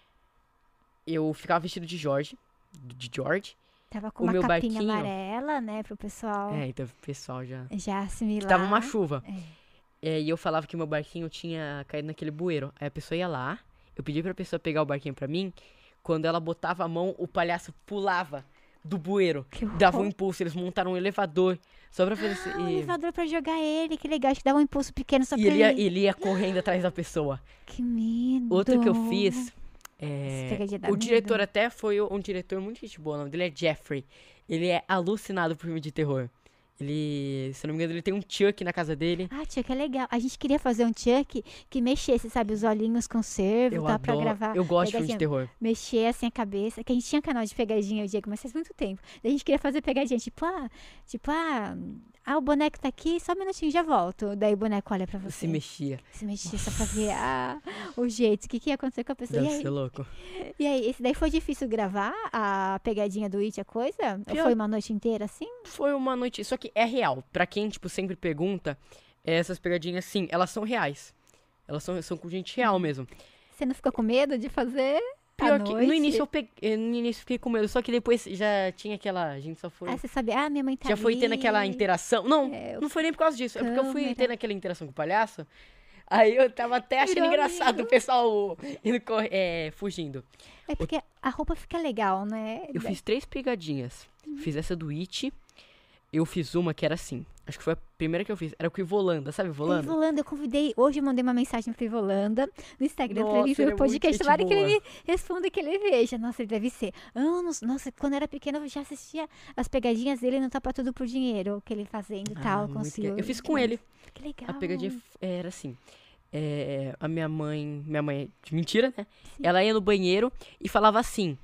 Eu ficava vestido de George, de George. Tava com o uma meu capinha barquinho- amarela, né, pro pessoal É, então o pessoal já... já assimilar. Tava uma chuva. É. É, e eu falava que meu barquinho tinha caído naquele bueiro. Aí a pessoa ia lá, eu pedi pra pessoa pegar o barquinho pra mim. Quando ela botava a mão, o palhaço pulava do bueiro. Que horror. Dava um impulso, eles montaram um elevador só pra fazer... Ah, um e elevador pra jogar ele, que legal. Acho que dava um impulso pequeno só e pra ele ia, ele. ele ia correndo atrás da pessoa. Que medo. Outro que eu fiz... É, Essa pegadinha dá o medo. diretor até foi um diretor muito gente boa, o nome dele é Jeffrey. Ele é alucinado por filme de terror. Ele, se eu não me engano, ele tem um Chuck na casa dele. Ah, Chuck é legal. A gente queria fazer um Chuck que mexesse, sabe, os olhinhos com cervo, Eu tá? Pra adoro, gravar. eu gosto de filme de pegadinha. terror. Mexer assim a cabeça. Que a gente tinha canal de pegadinha, o Diego, mas faz muito tempo. Daí a gente queria fazer pegadinha, tipo, ah, tipo, ah, ah, o boneco tá aqui, só um minutinho, já volto. Daí o boneco olha pra você. Se mexia. Se mexia só pra ver ah, o jeito. O que, que ia acontecer com a pessoa. E Deve aí, ser louco. e aí, esse daí foi difícil gravar a pegadinha do It, a coisa? Ou Pior- foi uma noite inteira assim? Foi uma noite. Só que é real. Pra quem, tipo, sempre pergunta, essas pegadinhas, sim, elas são reais. Elas são, são com gente real mesmo. Você não ficou com medo de fazer? à Pior que noite? no início eu peguei, no início eu fiquei com medo, só que depois já tinha aquela. A gente só foi. Ah, você sabia? Ah, minha mãe tá já foi ali. tendo aquela interação. Não, É, não foi nem por causa disso. É porque eu fui câmera. tendo aquela interação com o palhaço. Aí eu tava até achando Virou engraçado amigo. o pessoal indo corre- é, fugindo. É porque a roupa fica legal, né? Eu fiz três pegadinhas. Fiz essa do It. Eu fiz uma que era assim. Acho que foi a primeira que eu fiz. Era com o Ivolanda, sabe Ivolanda? Ivolanda, eu convidei. Hoje eu mandei uma mensagem pro Ivolanda no Instagram pra Nossa, ele ver ele é o muito podcast. gente Tomara que ele boa. me responda, que ele veja. Nossa, ele deve ser anos. Nossa, quando eu era pequena eu já assistia as pegadinhas dele no Topa Tudo por Dinheiro, que ele fazendo e Ah, tal, com o muito que- Silvio. Eu fiz com ele. Que legal. A pegadinha f- era assim. É, a minha mãe. Minha mãe é de mentira, né? Ela ia no banheiro e falava assim.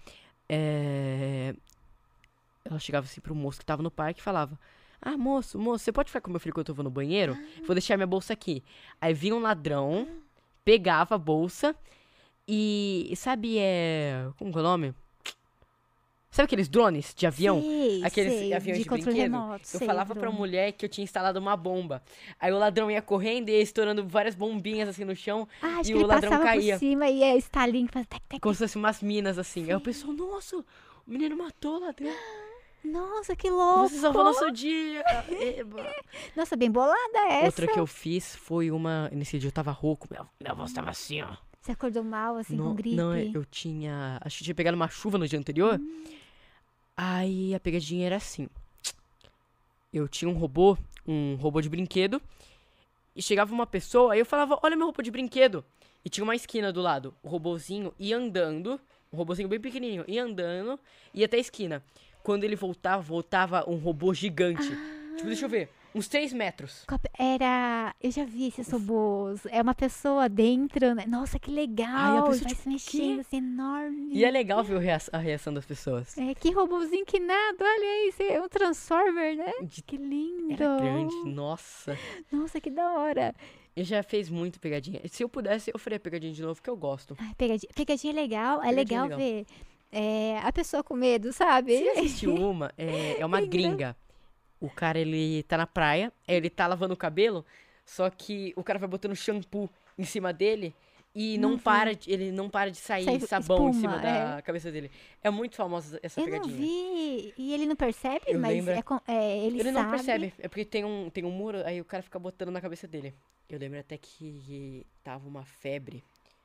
é, Ela chegava assim pro moço que tava no parque e falava: Ah, moço, moço, você pode ficar com meu filho enquanto eu vou no banheiro? Vou deixar minha bolsa aqui. Aí vinha um ladrão, pegava a bolsa e. Sabe, é. Como que é o nome? Sabe aqueles drones de avião? Sei, Aqueles sei, aviões de, controle brinquedo? remoto, Eu sei, falava pra drone. mulher que eu tinha instalado uma bomba. Aí o ladrão ia correndo e ia estourando várias bombinhas assim no chão. Ah, acho e que o ele ladrão passava caía. por cima e é estalinho, faz tec, tec, Como se fossem umas minas assim. Aí o pessoal, nossa, o menino matou o ladrão. Nossa, que louco. Você salvou nosso dia. Eba. Nossa, bem bolada essa. Outra que eu fiz foi uma. Nesse dia eu tava rouco, minha, minha voz tava assim, ó. Você acordou mal, assim, não, com gripe? não, é, eu tinha. Acho que tinha pegado uma chuva no dia anterior. Aí a pegadinha era assim. Eu tinha um robô, um robô de brinquedo. E chegava uma pessoa, aí eu falava, olha meu robô de brinquedo. E tinha uma esquina do lado. O robozinho ia andando. Um robozinho bem pequenininho. Ia andando, ia até a esquina. Quando ele voltava, voltava um robô gigante. Tipo, deixa eu ver. Uns três metros. Cop- Era. Eu já vi esses robôs. É uma pessoa dentro, né? Nossa, que legal. Ai, a pessoa, Vai tipo, se mexendo, assim, enorme. E é legal ver o rea- a reação das pessoas. É, que robôzinho que nada. Olha isso. É um Transformer, né? De- Que lindo. Era grande, nossa. Nossa, que da hora. Eu já fiz muito pegadinha. Se eu pudesse, eu faria pegadinha de novo, porque eu gosto. Ai, pegadinha, pegadinha é legal. É Pegadinha é legal, legal. ver é, a pessoa com medo, sabe? Você assistiu uma? É, é uma É engra- gringa. O cara, ele tá na praia, ele tá lavando o cabelo, só que o cara vai botando shampoo em cima dele E Não não vi. para, de- ele não para de sair Sai sabão em espuma, cima da cabeça dele. É muito famosa essa Eu não pegadinha. vi. E ele não percebe, Eu mas lembro- é, com- é, ele, Ele não sabe. percebe, é porque tem um, tem um muro, aí o cara fica botando na cabeça dele. Eu lembro até que tava uma febre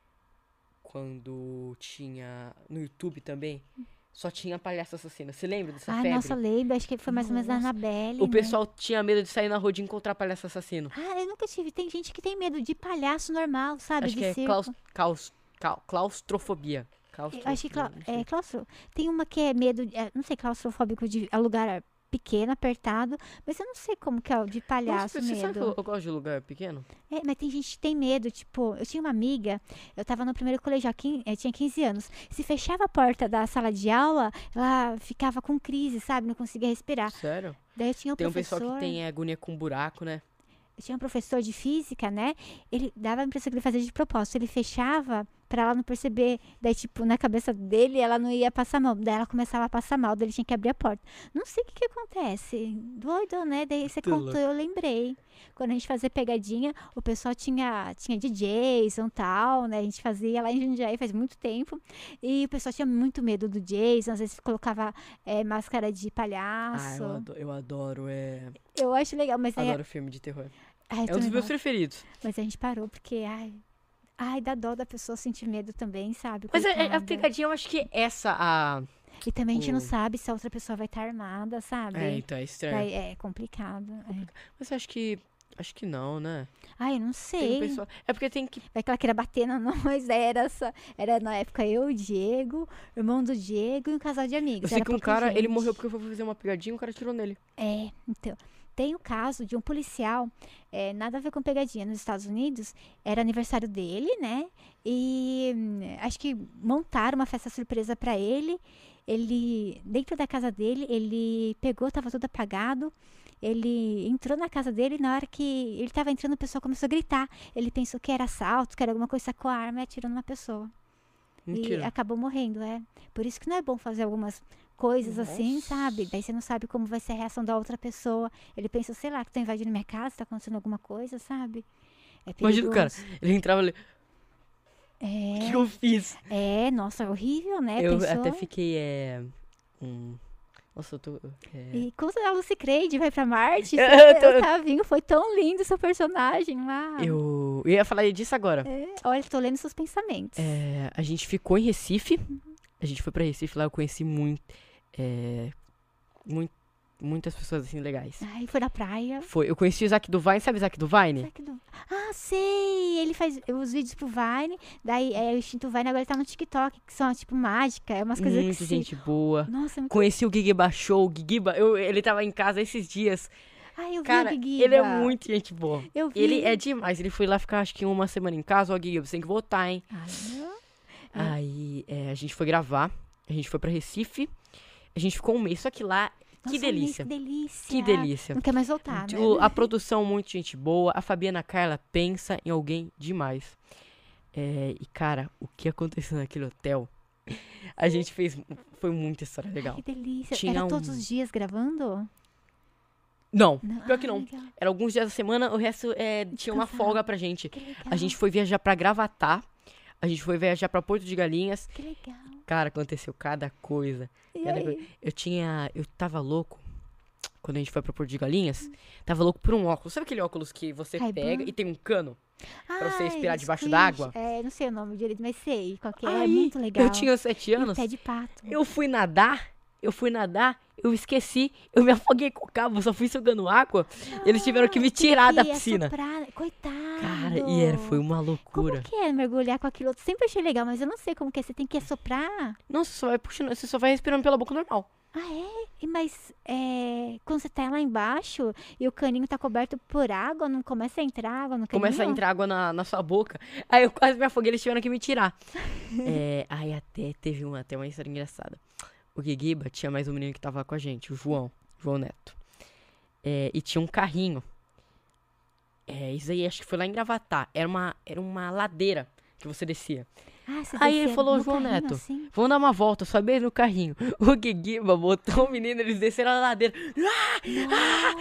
quando tinha no YouTube também, só tinha palhaço assassino. Você lembra dessa Ah, febre? nossa, eu lembro. Acho que foi mais ou menos da Nossa. Annabelle, O né? pessoal tinha medo de sair na rua de encontrar palhaço assassino. Ah, eu nunca tive. Tem gente que tem medo de palhaço normal, sabe? Acho de que é circo. claus, caus, cau- claustrofobia. Eu Claustrofobia, acho que clau- não sei. é claustro. Tem uma que é medo, de- é, não sei, claustrofóbico de é lugar pequeno, apertado, mas eu não sei como que é o de palhaço Nossa, você sabe que eu, medo. eu gosto de lugar pequeno? É, mas tem gente que tem medo, tipo, eu tinha uma amiga, eu tava no primeiro colegial, quin- eu tinha quinze anos. Se fechava a porta da sala de aula, ela ficava com crise, sabe? Não conseguia respirar. Sério? Daí eu tinha um Tem um professor, pessoal que tem agonia com buraco, né? eu tinha um professor de física, né? Ele dava a impressão que ele fazia de propósito. Ele fechava pra ela não perceber. Daí, tipo, na cabeça dele, ela não ia passar mal. Daí ela começava a passar mal, daí ele tinha que abrir a porta. Não sei o que que acontece. Doido, né? Daí você Muito contou, louco. eu lembrei. Quando a gente fazia pegadinha, o pessoal tinha, tinha D Js e tal, né? A gente fazia lá em Jundiaí faz muito tempo. E o pessoal tinha muito medo do Jason. Às vezes colocava é, máscara de Ah, palhaço. eu adoro, eu adoro, é... eu acho legal, mas aí... Adoro filme de terror. Ai, É um dos também meus gosto. preferidos. Mas a gente parou porque, ai, ai, dá dó da pessoa sentir medo também, sabe? Mas é- é- a Coitada. pegadinha, eu acho que essa, a... E também a gente não o- sabe se a outra pessoa vai estar armada, sabe? É, então, é estranho. Vai- é complicado. é. Mas eu acho que... Acho que não, né? Ai, eu não Tem sei. um pessoal... É porque tem que... Vai que ela queira bater na nós. Daí Era, essa, era na época eu, o Diego, o irmão do Diego e um casal de amigos. Eu sei Era que um pouca cara, ele gente. morreu porque foi fazer uma pegadinha e um cara tirou nele. É, então. Tem o caso de um policial, é, nada a ver com pegadinha, nos Estados Unidos. Era aniversário dele, né? E hum, acho que montaram uma festa surpresa pra ele. Ele, dentro da casa dele, ele pegou, tava tudo apagado. Ele entrou na casa dele e na hora que ele tava entrando, a pessoa começou a gritar. Ele pensou que era assalto, que era alguma coisa, sacou a arma e atirou numa pessoa. E Mentira. acabou morrendo, é. Por isso que não é bom fazer algumas coisas assim, Nossa. sabe? Daí você não sabe como vai ser a reação da outra pessoa. Ele pensa, sei lá, que tá invadindo minha casa, tá acontecendo alguma coisa, sabe? É Imagina o cara, perigoso. ele entrava ali... O que É, eu fiz? é, nossa, horrível, né? Eu Pensou? até fiquei, é... Um... Nossa, eu tô... É... E quando a Lucy Creed vai pra Marte, Eu- você- eu tô- eu tava vindo, foi tão lindo seu personagem lá. Eu... eu ia falar disso agora. É, olha, tô lendo seus pensamentos. É, a gente ficou em Recife. A gente foi pra Recife, lá eu conheci muito... É... Muito... Muitas pessoas, assim, legais. Ai, foi na praia. Foi, eu conheci o Isaac do Vine, sabe o Isaac do Vine? Será que não- Ah, sei! Ele faz os vídeos pro Vine, daí é, o Instinto Vine agora ele tá no TikTok, que são tipo mágica, é umas coisas Muita que se... gente boa. Nossa, é muito... Conheci o Gigiba Show, o Gigiba, eu, ele tava em casa esses dias. Ai, eu vi Cara, o Guiguiba. ele é muito gente boa. Eu vi. Ele é demais, ele foi lá ficar acho que uma semana em casa, ó, Gigiba, você tem que voltar, hein? Ai, não. Aí é, a gente foi gravar, a gente foi pra Recife, a gente ficou um mês, só que lá, que Nossa, Miss, delícia, Que delícia. que delícia. Não quer mais voltar, né? O- a produção, muito gente boa, a Fabiana Carla pensa em alguém demais. É, e cara, o que aconteceu naquele hotel, a gente fez, foi muita história legal. Ai, que delícia. Tinha Era todos um- os dias gravando? Não, Não. pior que Ai, não. legal. Era alguns dias da semana, o resto é, tinha uma Descansava. folga pra gente. Que legal. A gente foi viajar pra Gravatá, a gente foi viajar pra Porto de Galinhas. Que legal. Cara, aconteceu cada coisa. E cada aí? coisa. Eu tinha, eu tava louco, quando a gente foi pra Porto de Galinhas, tava louco por um óculos. Sabe aquele óculos que você Ray-Ban? pega e tem um cano? Pra você Ai, respirar debaixo squish. d'água? É, não sei o nome direito, mas sei qual que é. É Aí, muito legal. Eu tinha sete E o anos, pé de pato. eu fui nadar, eu fui nadar, eu esqueci, eu me afoguei com o cabo, só fui sugando água. Eles tiveram que me tirar da Ia piscina. soprar. Coitado. Cara, e era, foi uma loucura. Como que é mergulhar com aquilo? Eu sempre achei legal, mas eu não sei como que é. Você tem que assoprar? Não, você só vai puxando, você só vai respirando pela boca normal. Ah, é? E Mas é, quando você tá lá embaixo e o caninho tá coberto por água, não começa a entrar água no caninho? Começa a entrar água na, na sua boca. Aí eu quase me afoguei, eles tiveram que me tirar. É, aí até teve uma, até uma história engraçada. O Guiguiba tinha mais um menino que tava com a gente, o João, João Neto. É, e tinha um carrinho. É, isso aí acho que foi lá em Gravatá. Era uma, era uma ladeira que você descia. Ah, você Aí ele descia falou, no João carrinho Neto, assim? vamos dar uma volta, sobe aí no carrinho. O Guiguiba botou o menino, eles desceram a ladeira.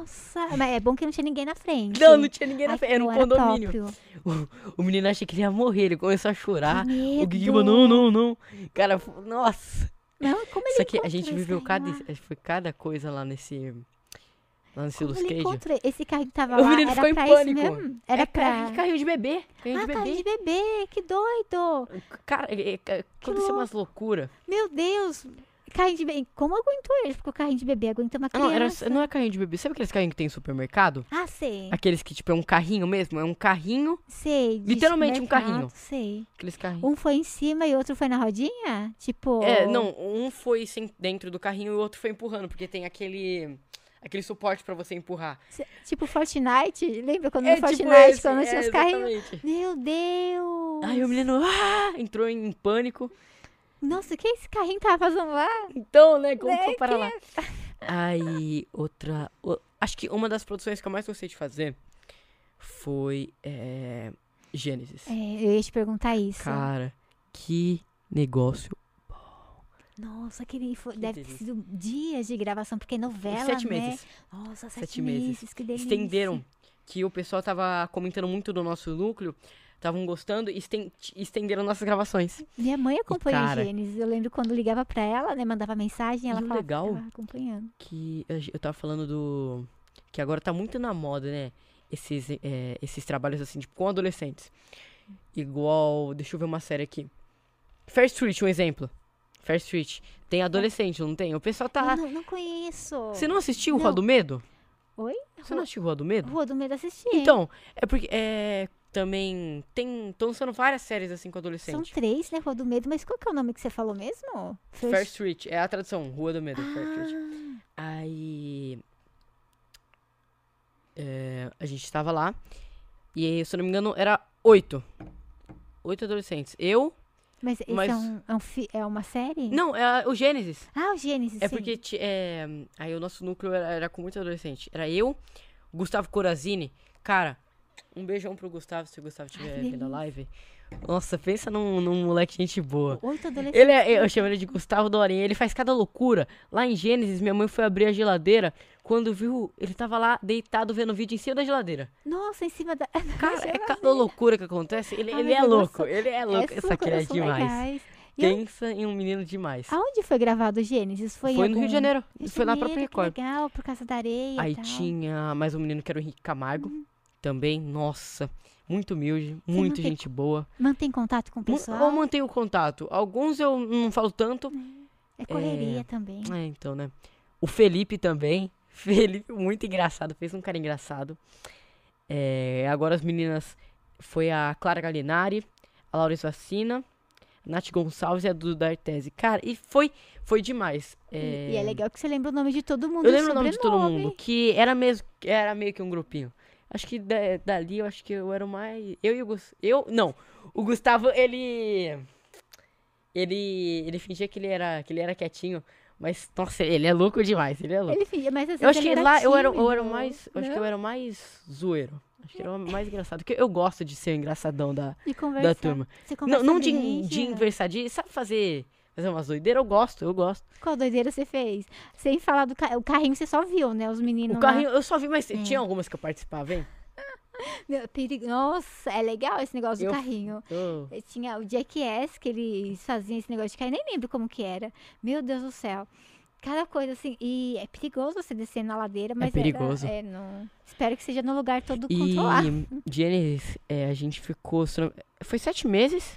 Nossa, mas é bom que não tinha ninguém na frente. Não, não tinha ninguém na Ai, frente, era um não, era condomínio. próprio. O, o menino achei que ele ia morrer, ele começou a chorar. Que O Guigui medo. falou, não, não, não. Cara, f- nossa. Não, como ele Só que a encontrou gente esse viveu cada, carrinho lá? foi cada coisa lá nesse, lá nesse Como Luz ele Cage. encontrou esse carrinho que tava O lá? menino Era ficou em pra isso pânico. mesmo? Era É pra... carrinho, carrinho de bebê, carrinho Ah, de carrinho bebê. de bebê, que doido. Cara, é, é, aconteceu umas loucuras. Meu Deus. Carrinho de bebê. Como aguentou ele? Porque o carrinho de bebê aguenta uma Ah, não, era, criança. não é carrinho de bebê. Sabe aqueles carrinhos que tem em supermercado? Ah, sei. Aqueles que, tipo, é um carrinho mesmo? É um carrinho, Sei. de literalmente um supermercado, carrinho. Sei. aqueles carrinhos. Um foi em cima e outro foi na rodinha? Tipo... É, não, um foi sem, dentro do carrinho e o outro foi empurrando, porque tem aquele, aquele suporte pra você empurrar. c- Tipo Fortnite? Lembra quando É no tipo Fortnite, esse, quando é, tinha os carrinhos? exatamente. Meu Deus. Aí o menino ah, entrou em pânico. Nossa, o que esse carrinho tava fazendo lá? Então, né, como Né, foi para lá? Aí, outra... o- acho que uma das produções que eu mais gostei de fazer foi é, Gênesis. É, eu ia te perguntar isso. Cara, que negócio. Nossa, aquele foi, deve ter delícia. sido dias de gravação, porque é novela, Sete né? meses. Nossa, sete, Sete meses. meses. que delícia. Estenderam, que o pessoal tava comentando muito do nosso núcleo, estavam gostando e esten- estenderam nossas gravações. Minha mãe acompanha cara- a Gênesis. Eu lembro quando ligava pra ela, né? Mandava mensagem, ela E o falava legal- que tava acompanhando. Que eu, eu tava falando do... Que agora tá muito na moda, né? Esses, é, esses trabalhos assim, tipo, com adolescentes. Igual, deixa eu ver uma série aqui. Fair Street, um exemplo. Fair Street. Tem adolescente, não tem? O pessoal tá... Eu não, não conheço. Você não assistiu Rua Não. do Medo? Oi? Você não assistiu Rua do Medo? Rua do Medo assisti. Então, é porque é, também tem... Estão lançando várias séries assim com São adolescente. três, né? Rua do Medo. Mas qual que é o nome que você falou mesmo? Fair Street, é a tradução, Rua do Medo, Fair Street. Ah, Aí... é, a gente tava lá. E aí, se eu não me engano, era oito. Oito adolescentes. Eu... mas esse Mas- é, um, é, um fi- é uma série? Não, é a- o Gênesis. Ah, o Gênesis, É sim. porque ti- é, aí o nosso núcleo era, era com muito adolescente. Era eu, Gustavo Corazini. Cara, um beijão pro Gustavo, se o Gustavo Ai, estiver que vendo a delícia. live. Nossa, pensa num, num moleque gente boa. Oito adolescentes. Ele é, eu chamo ele de Gustavo Dorinha, ele faz cada loucura. Lá em Gênesis, minha mãe foi abrir a geladeira. Quando viu, ele tava lá deitado vendo vídeo em cima da geladeira. Nossa, em cima da... Cara, é cada loucura que acontece. Ele, Ai, ele mas é eu louco, gosto- ele é louco. Essa aqui é são demais. legais. E onde- Pensa em um menino demais. aonde foi gravado o Gênesis? Foi, em Foi no algum- Rio de Janeiro. Rio de Foi na própria Janeiro, que Record. legal, por causa da areia Aí e tal. tinha mais um menino que era o Henrique Camargo. Também, nossa, muito humilde, Você muito mantém- gente boa. Mantém contato com o Mu- pessoal? Eu mantenho o contato. Alguns eu não falo tanto. É correria é- também. É, então, né? O Felipe também. Felipe, muito engraçado. Fez um cara engraçado. É, agora as meninas... Foi a Clara Galinari, a Laurence Vacina, a Nath Gonçalves e a Duda Artese. Cara, e foi, foi demais. E, e é legal que você lembra o nome de todo mundo. Eu e lembro o nome de todo sobrenome. mundo, que era mesmo, era meio que um grupinho. Acho que da- dali eu acho que eu era o mais. Eu e o Gustavo. Eu. Não. O Gustavo, ele. Ele. Ele fingia que ele era, que ele era quietinho. Mas, nossa, ele é louco demais. Ele é louco. Ele fingia, mas às Eu acho vezes que ele lá eu era, eu era o tímido, mais. Eu acho que né? eu era o mais zoeiro. Acho que era o mais engraçado. Porque eu gosto de ser o engraçadão da, De conversar. da turma. Você Não, conversa não de, bem, de Jean? conversar, de. Sabe fazer. Fazer umas doideiras? Eu gosto, eu gosto. Qual doideira você fez? Sem falar do ca... o carrinho, você só viu, né? Os meninos O lá. carrinho, eu só vi, mas É. tinha algumas que eu participava, hein? Meu, perigo... Nossa, é legal esse negócio Eu- do carrinho. Eu- Eh, Tinha o Jackass, que eles faziam esse negócio de carrinho, nem lembro como que era. Meu Deus do céu. Cada coisa assim, e é perigoso você descer na ladeira, mas era- perigoso. é, não... espero que seja no lugar todo E controlado. Gênesis, é, a gente ficou. se não- Foi sete meses.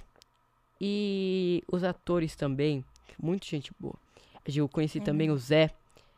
E os atores também. Muito gente boa. Eu conheci É também o Zé.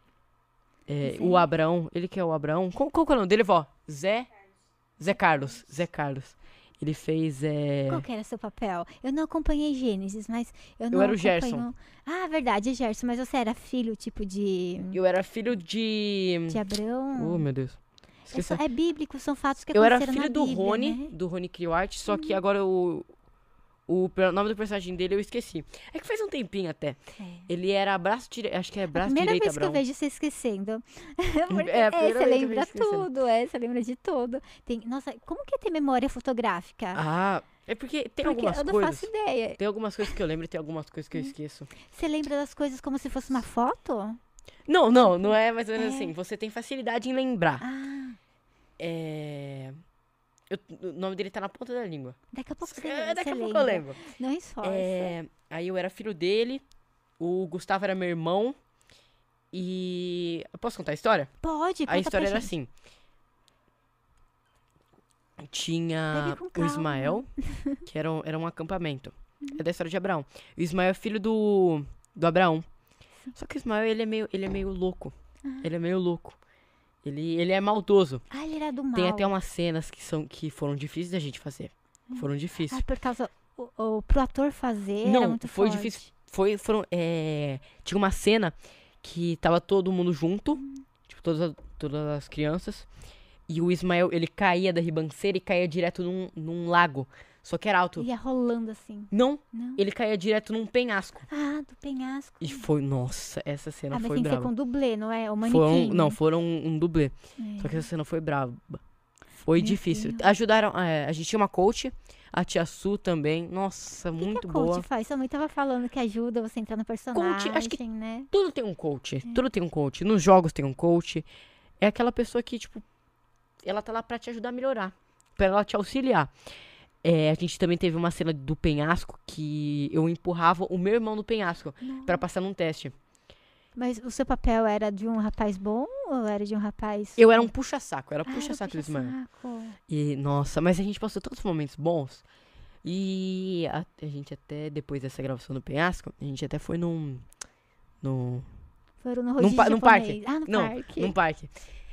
é, Zé. o Abraão. Ele que é o Abraão. Qual, qual que é o nome dele, vó? Zé. Zé Carlos. Zé Carlos. Ele fez. É... Qual que era seu papel? Eu não acompanhei Gênesis, mas eu não era o acompanho... Gerson. Ah, verdade, Gerson, mas você era filho, tipo, de, Eu era filho de. de Abrão? Oh, meu Deus. é, Esqueci. só- é bíblico, são fatos que Eu era aconteceram filho na do Bíblia, Rony, né? do Rony Criarte, só que agora o, o per- nome do personagem dele eu esqueci. É que faz um tempinho até. É. Ele era braço direito, acho que é A braço primeira direito, vez que eu Abraão. vejo você esquecendo. Porque, É, a é, primeira você vez que eu lembra vejo esquecendo. tudo, é, você lembra de tudo. Tem, nossa, como que é ter memória fotográfica? Ah, é porque tem Porque algumas eu não coisas. faço ideia. Tem algumas coisas que eu lembro e tem algumas coisas que eu esqueço. Você lembra das coisas como se fosse uma foto? Não, não, não é mais ou menos É. assim. Você tem facilidade em lembrar. Ah, É... eu- o nome dele tá na ponta da língua. daqui a pouco você, É, daqui você a pouco lembra. eu lembro. Não esforça. É, aí eu era filho dele, o Gustavo era meu irmão. E. Eu posso contar a história? Pode, conta A história pra era gente. assim. Tinha Bebe com o calma. Ismael, que era um, era um acampamento. É da história de Abraão. O Ismael é filho do, do Abraão. Só que o Ismael, ele é meio, ele é meio louco. Ah. Ele é meio louco. Ele, ele é maldoso. Ah, ele era do mal. Tem até umas cenas que, são, que foram difíceis da gente fazer. Foram difíceis. Ah, por causa... O, o, pro ator fazer era Não, muito foi forte. difícil. Foi, foram, é, tinha uma cena que tava todo mundo junto, tipo, todas, todas as crianças, e o Ismael, ele caía da ribanceira e caía direto num, num lago, só que era alto. Ia rolando assim. Não, Não? ele caía direto num penhasco. Ah, do penhasco. E foi, nossa, essa cena Ah, mas foi tem que ser brava. com dublê, não é? O Foram, manequim. não, foram um, um dublê. É. Só que essa cena foi brava. Foi Meu difícil. Deus. Ajudaram, é, a gente tinha uma coach, a tia Su também, nossa, O que muito que a boa. coach faz? Sua mãe tava falando que ajuda você a entrar no personagem, acho que- né? Tudo tem um coach. Tudo tem um coach. Nos jogos tem um coach. É aquela pessoa que, tipo, ela tá lá pra te ajudar a melhorar. Pra ela te auxiliar. É, a gente também teve uma cena do penhasco que eu empurrava o meu irmão no penhasco pra passar num teste. Mas o seu papel era de um rapaz bom ou era de um rapaz... Eu era um puxa-saco. Era Ah, era puxa-saco do Ismael. puxa-saco. E, nossa, mas a gente passou todos os momentos bons. E a, a gente até, depois dessa gravação do penhasco, a gente até foi num... num Foram no Num rodízio pa- num japonês. parque. Ah, no Não, parque. num parque.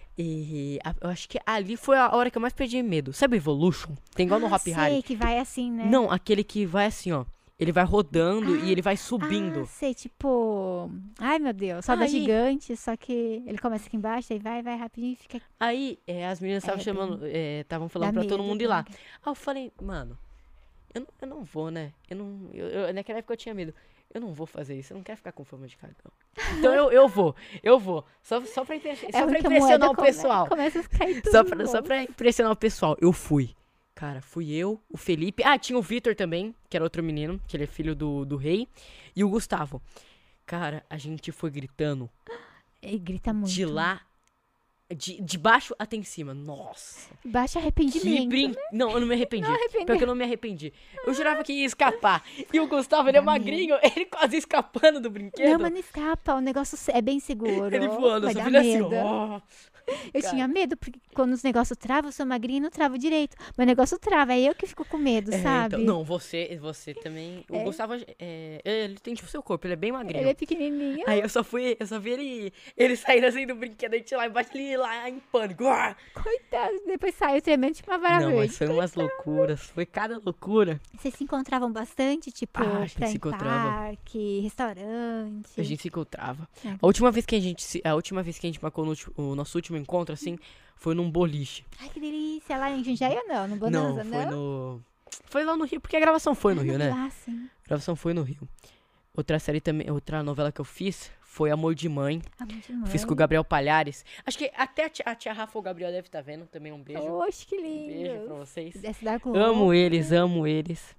E a- eu acho que ali foi a hora que eu mais perdi medo. Sabe o Evolution? Tem igual no ah, Hop sei, Harry. que vai assim, né? Não, aquele que vai assim, ó. Ele vai rodando Ah, e ele vai subindo. Ah, sei, tipo... Ai, meu Deus, só da Aí- gigante, só que ele começa aqui embaixo, aí vai, vai rapidinho e fica... Aí é, as meninas estavam É, chamando, estavam falando dá pra todo medo, mundo ir lá. dá medo. Aí eu falei, mano, eu não, eu não vou, né? Eu não, eu, eu- naquela época eu tinha medo. Eu não vou fazer isso, eu não quero ficar com fama de cagão. Então eu, eu vou, eu vou. Só, só pra, impre- só É pra onde que a impressionar moeda o come- pessoal. Começa a cair tudo Só no pra, só bolso. pra impressionar o pessoal. Eu fui. Cara, fui eu, o Felipe. Ah, tinha o Vitor também, que era outro menino, que ele é filho do, do rei. E o Gustavo. Cara, a gente foi gritando Ele grita muito. de lá, de, de baixo até em cima. Nossa. Baixa Que arrependimento. brin... Não, eu não me arrependi. arrependeu. Pior que eu não me arrependi. Eu jurava que ia escapar. E o Gustavo, ele é Dá medo. magrinho, ele quase escapando do brinquedo. Não, mas não escapa, o negócio é bem seguro. Ele voando, Vai eu só dar fiz assim, medo. ó. Eu cara. tinha medo, porque quando os negócios travam, eu sou magrinha e não travo direito. Mas o negócio trava, é eu que fico com medo, É, sabe? então, não, você, você também. O É. Gustavo, é, ele tem tipo seu corpo, ele é bem magrinho. Ele é pequenininho. Aí eu só fui, eu só vi ele, ele saindo assim do brinquedo, a gente lá embaixo, ele lá em pânico. Ah! Coitado, depois saiu tremendo tipo uma vara Não, verde. mas foi umas loucuras, foi cada loucura. Vocês se encontravam bastante, tipo, Ah, a gente pra se ir em encontrava. parque, restaurante. A gente se encontrava. É. A última vez que a gente, se- a última vez que a gente marcou no ulti- o nosso último encontro, assim, foi num boliche. Ai, que delícia. Lá em Jundiaí ou não? No Bonanza, não, não? foi no... Foi lá no Rio, porque a gravação foi no Ah, Rio, né? Lá, sim. A gravação foi no Rio. Outra série também, outra novela que eu fiz foi Amor de Mãe. Amor de mãe. Fiz com o Gabriel Palhares. Acho que até a tia, a tia Rafa ou o Gabriel deve estar vendo. Também um beijo. Oxe, que Um beijo pra lindo. vocês. Essa da Globo. Amo eles, amo eles.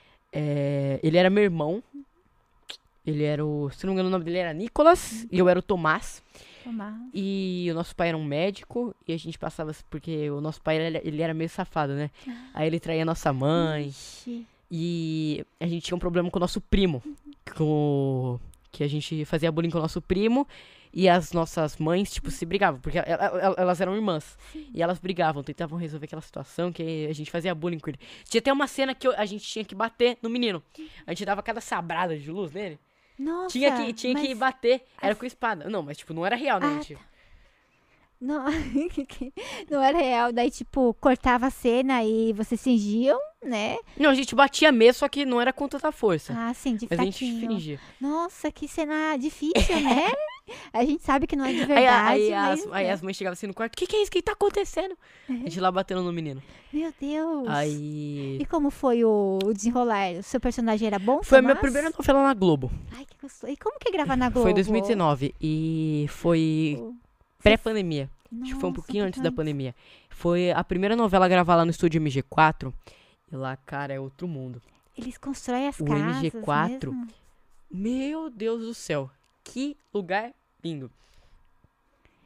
É, ele era meu irmão. Ele era o... Se não me engano, o nome dele era Nicolas. E eu era o Tomás. Tomás. E o nosso pai era um médico. E a gente passava... Porque o nosso pai, ele, ele era meio safado, né? Aí ele traía nossa mãe. Ixi. E a gente tinha um problema com o nosso primo. Com... Que a gente fazia bullying com o nosso primo. E as nossas mães, tipo, se brigavam. Porque el- el- elas eram irmãs. E elas brigavam, tentavam resolver aquela situação que a gente fazia bullying com ele. Tinha até uma cena que eu- a gente tinha que bater no menino. A gente dava cada sabrada de luz nele. Nossa, Tinha que, tinha que mas- bater. Era com espada. Não, mas tipo, não era real, né? Ah, a gente... Não, não era real. Daí, tipo, cortava a cena e vocês fingiam, né? Não, a gente batia mesmo, só que não era com tanta força. Ah, sim, de mas a gente fraquinho. fingia. Nossa, que cena difícil, né? A gente sabe que não é de Aí, verdade, aí, mas... as, aí é. as mães chegavam assim no quarto. O que, que é isso? O que tá acontecendo? A gente lá batendo no menino. Meu Deus. Aí... E como foi o, o desenrolar? O seu personagem era bom, Foi a minha Tomás? primeira novela na Globo. Ai, que gostoso. E como que é gravar na Globo? Foi em dois mil e dezenove. E foi pré-pandemia. Acho que foi um Nossa, pouquinho antes da antes. pandemia. Foi a primeira novela a gravar lá no estúdio M G quatro. E lá, cara, é outro mundo. Eles constroem as O casas M G quatro. mesmo? Meu Deus do céu. Que lugar lindo.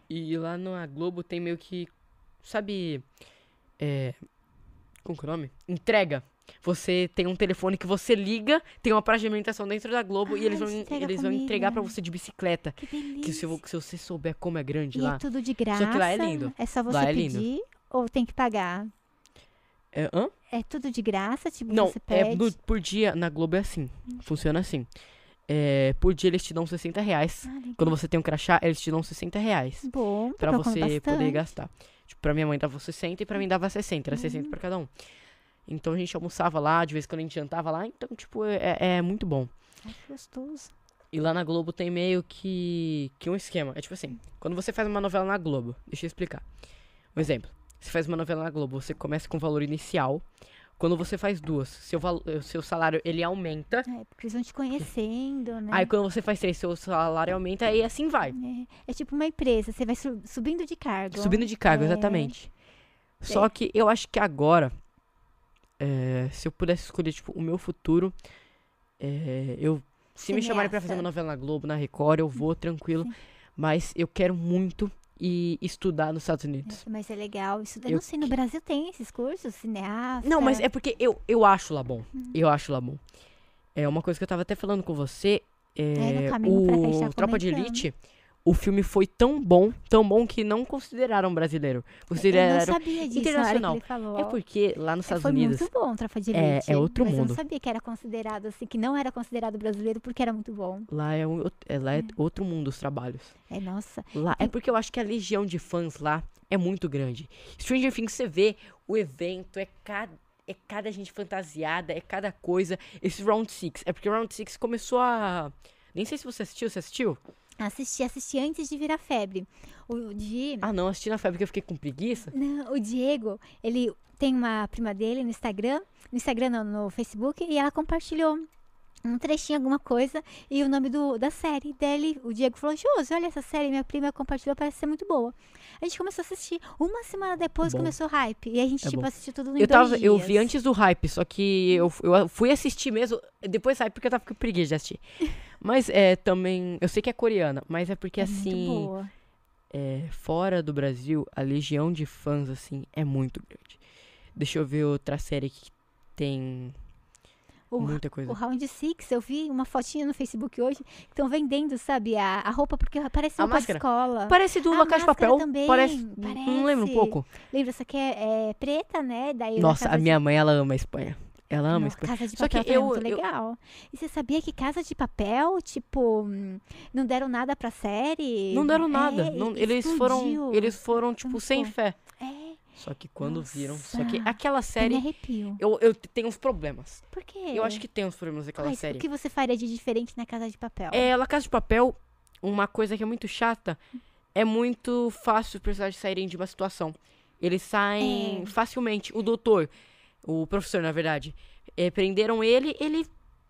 E lá na Globo tem meio que, sabe, é, como que é o nome? Entrega. Você tem um telefone que você liga, tem uma praça de alimentação dentro da Globo Ah, e eles vão, eles entregam eles vão comida. entregar pra você de bicicleta. Que Que delícia. se, vo- se você souber como é grande E lá. é tudo de graça? Só que lá é lindo. É só você Lá é lindo. pedir ou tem que pagar? É, hã? É tudo de graça? Tipo, Não, você é pede? no- por dia, na Globo é assim. Funciona assim. É, por dia eles te dão sessenta reais. Ah, legal. Quando você tem um crachá, eles te dão sessenta reais. Bom, Pra dá pra você comer poder bastante. gastar. Tipo, pra minha mãe dava sessenta e pra mim dava sessenta. Era sessenta pra cada um. Então a gente almoçava lá, de vez em quando a gente jantava lá. Então, tipo, é, é muito bom. Ai, que gostoso. E lá na Globo tem meio que, que um esquema. É tipo assim, quando você faz uma novela na Globo, deixa eu explicar. Um exemplo. Você faz uma novela na Globo, você começa com o valor inicial. Quando você faz duas, seu, valo- eh, seu salário ele aumenta. É, porque eles vão te conhecendo, né? Aí quando você faz três, seu salário aumenta e assim vai. É, é tipo uma empresa, você vai su- subindo de cargo. Subindo de cargo, É. exatamente. Só que eu acho que agora, é, se eu pudesse escolher, tipo, o meu futuro, é, eu... Se me chamarem pra fazer uma Cineasta. novela na Globo, na Record, eu vou tranquilo. Sim. Mas eu quero muito ir estudar nos Estados Unidos. É, mas é legal. Isso, eu, Eu não sei, no que- Brasil tem esses cursos, cineasta. Não, mas é porque eu, eu acho lá bom. Uhum. Eu acho lá bom. É uma coisa que eu tava até falando com você. É, no É, caminho pra cá, a gente o tava Tropa de comentando. Elite, o filme foi tão bom, tão bom que não consideraram brasileiro. Eu não Consideraram. sabia disso internacional. na hora que ele falou. É porque lá nos É, Estados foi Unidos. muito bom, Tropa de é- Elite. é outro mas eu mundo. não sabia que era considerado assim, que não era considerado brasileiro porque era muito bom. Lá é, um, é, lá é outro mundo os trabalhos. É, nossa. Lá, é porque eu acho que a legião de fãs lá é muito grande. Stranger Things, você vê o evento, é cada, é cada gente fantasiada, é cada coisa. Esse Round Six é porque o Round Six começou a... Nem sei se você assistiu, você assistiu? Assisti, assisti antes de virar febre. O Di... Ah, não, assisti na febre porque eu fiquei com preguiça. Não, o Diego, ele tem uma prima dele no Instagram, no Instagram não, no Facebook, e ela compartilhou um trechinho, alguma coisa, e o nome do, da série dele. O Diego falou, Josi, olha essa série, minha prima compartilhou, parece ser muito boa. A gente começou a assistir. Uma semana depois Bom. começou o hype, e a gente, É tipo, bom. assistiu tudo em Eu, dois tava, eu dias. vi antes do hype, só que eu, eu fui assistir mesmo depois do hype porque eu tava com preguiça de assistir. Mas é também... Eu sei que é coreana, mas é porque É assim... muito boa. É, fora do Brasil, a legião de fãs, assim, é muito grande. Deixa eu ver outra série que tem O, muita coisa. o Round Six, eu vi uma fotinha no Facebook hoje, que estão vendendo, sabe, a, a roupa, porque parece A roupa de máscara. escola. Parece do A La Casa de máscara Papel. também, parece, parece. Não lembra um pouco? Lembra, essa aqui é, é preta, né? Daí na Nossa, Casa a de- minha mãe, ela ama a Espanha. Ela ama a Não, Espanha. Casa de Só que Papel também é eu- muito eu- legal. E você sabia que Casa de Papel, tipo, hum, não deram nada pra série? Não deram É, nada. não- e- eles explodiu. foram, eles foram, tipo, Muito sem bom. fé. É, Só que quando Nossa. viram... Só que aquela até me série... arrepio. Eu, eu tenho uns problemas. Por quê? Eu acho que tem uns problemas naquela Mas série. o que você faria de diferente na Casa de Papel? É, La Casa de Papel, uma coisa que é muito chata, é muito fácil os personagens saírem de uma situação. Eles saem É. facilmente. O doutor, o professor, na verdade, é, prenderam ele, ele...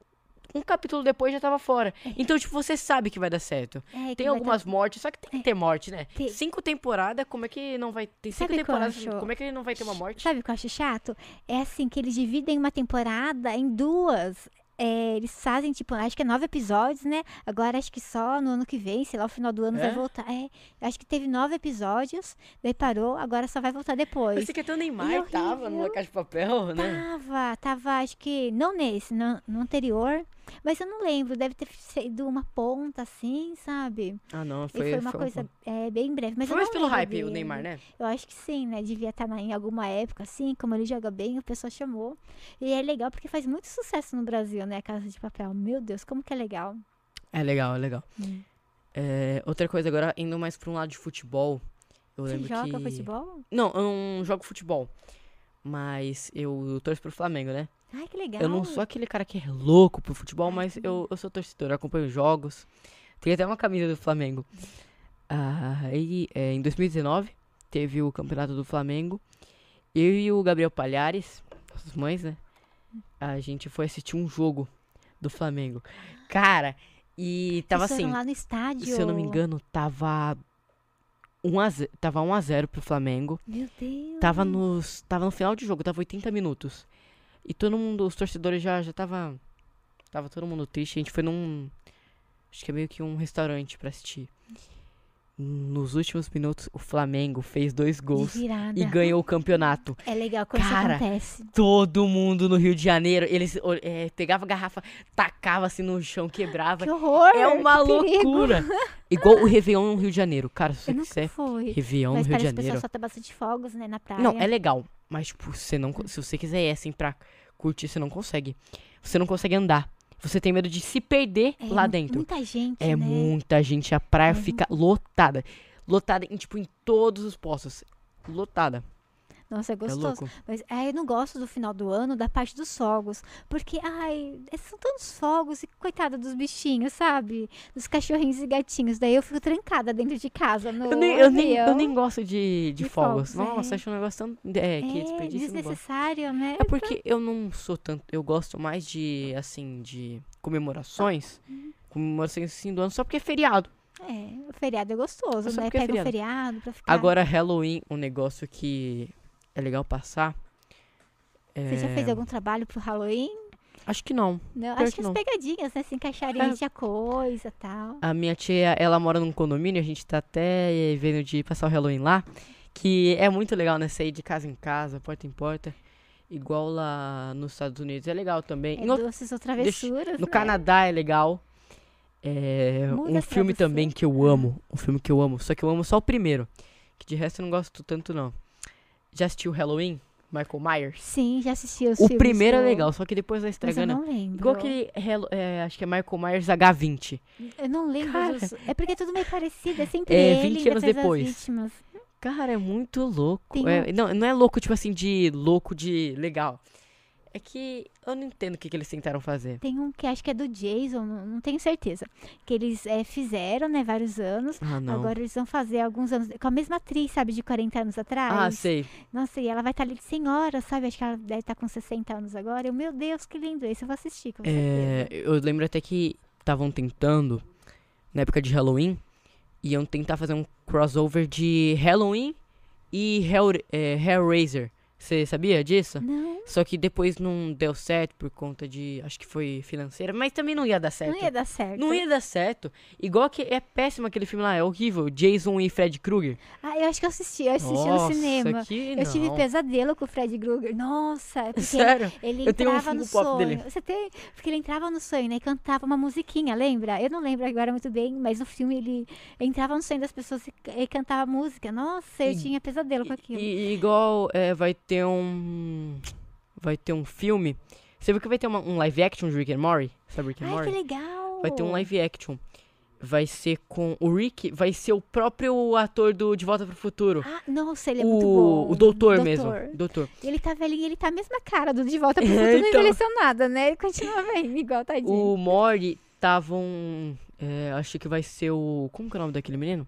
Um capítulo depois já tava fora. Então, tipo, você sabe que vai dar certo. É, que Tem vai algumas ter- mortes, só que tem que ter morte, né? Tem- Cinco temporadas, como é que não vai ter... Cinco Sabe o que eu temporadas, acho? como é que ele não vai ter uma morte? Sabe o que eu acho chato? É assim, que eles dividem uma temporada em duas. É, eles fazem, tipo, acho que é nove episódios, né? Agora acho que só no ano que vem, sei lá, o final do ano É? vai voltar. É, acho que teve nove episódios, daí parou, agora só vai voltar depois. Você que até o E Neymar tava no horrível. La Casa de Papel, né? Tava, tava, acho que, não nesse, no, no anterior, mas eu não lembro, deve ter sido uma ponta assim, sabe? Ah, não, E foi... foi uma foi, coisa é, bem breve, mas foi eu mais não pelo lembro hype, o dele. Neymar, né? Eu acho que sim, né? Devia estar em alguma época, assim, como ele joga bem, o pessoal chamou. E é legal porque faz muito sucesso no Brasil, né? Casa de Papel. Meu Deus, como que é legal. É legal, é legal. Hum. É, outra coisa, agora indo mais pra um lado de futebol. Eu Você lembro joga que... futebol? Não, eu não jogo futebol. Mas eu torço pro Flamengo, né? Ai, que legal. Eu não sou aquele cara que é louco pro futebol, mas eu, eu sou torcedor, eu acompanho jogos. Tem até uma camisa do Flamengo. Aí, é, em dois mil e dezenove, teve o campeonato do Flamengo. Eu e o Gabriel Palhares, nossas mães, né? A gente foi assistir um jogo do Flamengo. Cara, e tava Vocês foram assim, lá no estádio. se eu não me engano, tava um a zero, tava um a zero pro Flamengo. Meu Deus. Tava, nos, tava no final de jogo, tava oitenta minutos. E todo mundo, os torcedores já, já tava. Tava todo mundo triste. A gente foi num. Acho que é meio que um restaurante pra assistir. nos últimos minutos, o Flamengo fez dois De gols virada. e ganhou o campeonato. É legal quando Cara, isso acontece. Todo mundo no Rio de Janeiro, eles é, pegavam a garrafa, tacava assim no chão, quebrava. Que horror! É uma que perigo. loucura. Igual o Réveillon no Rio de Janeiro. Cara, se você Eu nunca quiser fui. Réveillon Mas no Rio de parece que o pessoal Janeiro... solta bastante fogos, né, na praia. Não, é legal. Mas, tipo, você não, se você quiser ir assim pra curtir, você não consegue. Você não consegue andar. Você tem medo de se perder É lá mu- dentro. Muita gente, É né? muita gente. A praia É fica lotada. Lotada, em, tipo, em todos os postos. Lotada. Nossa, é É gostoso. louco. Mas ai, eu não gosto do final do ano, da parte dos fogos. Porque, ai, esses são tantos fogos e coitada dos bichinhos, sabe? Dos cachorrinhos e gatinhos. Daí eu fico trancada dentro de casa. No Eu nem, eu, nem, eu avião. nem gosto de, de, De fogos. fogos, Nossa, é. acho um negócio tão... É, que É desperdício, eu não gosto. desnecessário, né? É porque eu não sou tanto... Eu gosto mais de, assim, de comemorações. Comemorações, assim, do ano, só porque é feriado. É, o feriado é gostoso, É só né? porque é Pega o feriado. feriado pra ficar... Agora, Halloween, um negócio que é legal passar... Você já é- fez algum trabalho pro Halloween? Acho que não. Não, Pior acho que que as não. pegadinhas, né? Se encaixarem, É. a gente a coisa e tal. A minha tia, ela mora num condomínio, a gente tá até eh, vendo de passar o Halloween lá, que é muito legal, né? Sair de casa em casa, porta em porta, igual lá nos Estados Unidos. É legal também. É Em outro- doces ou travessuras, no né? Canadá é legal. É, Muda um a filme tradução. também que eu amo, um filme que eu amo, só que eu amo só o primeiro, que de resto eu não gosto tanto não. Já assistiu Halloween? Michael Myers? Sim, já assisti os O filmes primeiro é do- legal, só que depois vai Mas eu estragando. não lembro. Igual aquele, Hello- é, acho que é Michael Myers agá vinte. Eu não lembro Cara. dos... É porque é tudo meio parecido, é sempre É, ele vinte indo anos atrás das depois. vítimas. Cara, é muito louco. Tem É, não, não é louco, tipo assim, de louco de legal. É que eu não entendo o que, que eles tentaram fazer. Tem um que acho que é do Jason, não, não tenho certeza. Que eles é, fizeram, né, vários anos. Ah, não. Agora eles vão fazer alguns anos... Com a mesma atriz, sabe, de quarenta anos atrás. Ah, sei. Nossa, e ela vai estar ali de senhora, sabe? Acho que ela deve estar com sessenta anos agora. Eu, meu Deus, que lindo. Esse eu vou assistir, com É, certeza. eu lembro até que estavam tentando, na época de Halloween, iam tentar fazer um crossover de Halloween e Hell, é, Hellraiser. Você sabia disso? Não, Só que depois não deu certo por conta de, acho que foi financeira, mas também não ia dar certo. não ia dar certo. Não ia dar certo. Igual que é péssimo aquele filme lá, é horrível. Jason e Fred Krueger. Ah, eu acho que eu assisti, eu assisti Nossa, no cinema. que Eu tive não. pesadelo com o Fred Krueger. Nossa, porque Sério? ele Eu tenho um entrava no Funko Pop sonho. dele. Você tem? Porque ele entrava no sonho, né? E cantava uma musiquinha, lembra? Eu não lembro agora muito bem, mas no filme ele entrava no sonho das pessoas e, e cantava música. Nossa, eu E- tinha pesadelo com aquilo. E, e igual é, vai ter um. Vai ter um filme. Você viu que vai ter uma- um live action de Rick and Morty? Sabe Rick and Ai, que Morty? legal! Vai ter um live action. Vai ser com. O Rick vai ser o próprio ator do De Volta pro Futuro. Ah, nossa, ele é muito o, bom. o doutor, mesmo. Doutor. Ele tá velhinho, ele tá a mesma cara do De Volta pro É, Futuro, não então. envelheceu nada, né? Ele continua velho, igual, tadinho. O Morty estavam. É, acho que vai ser o. Como que é o nome daquele menino?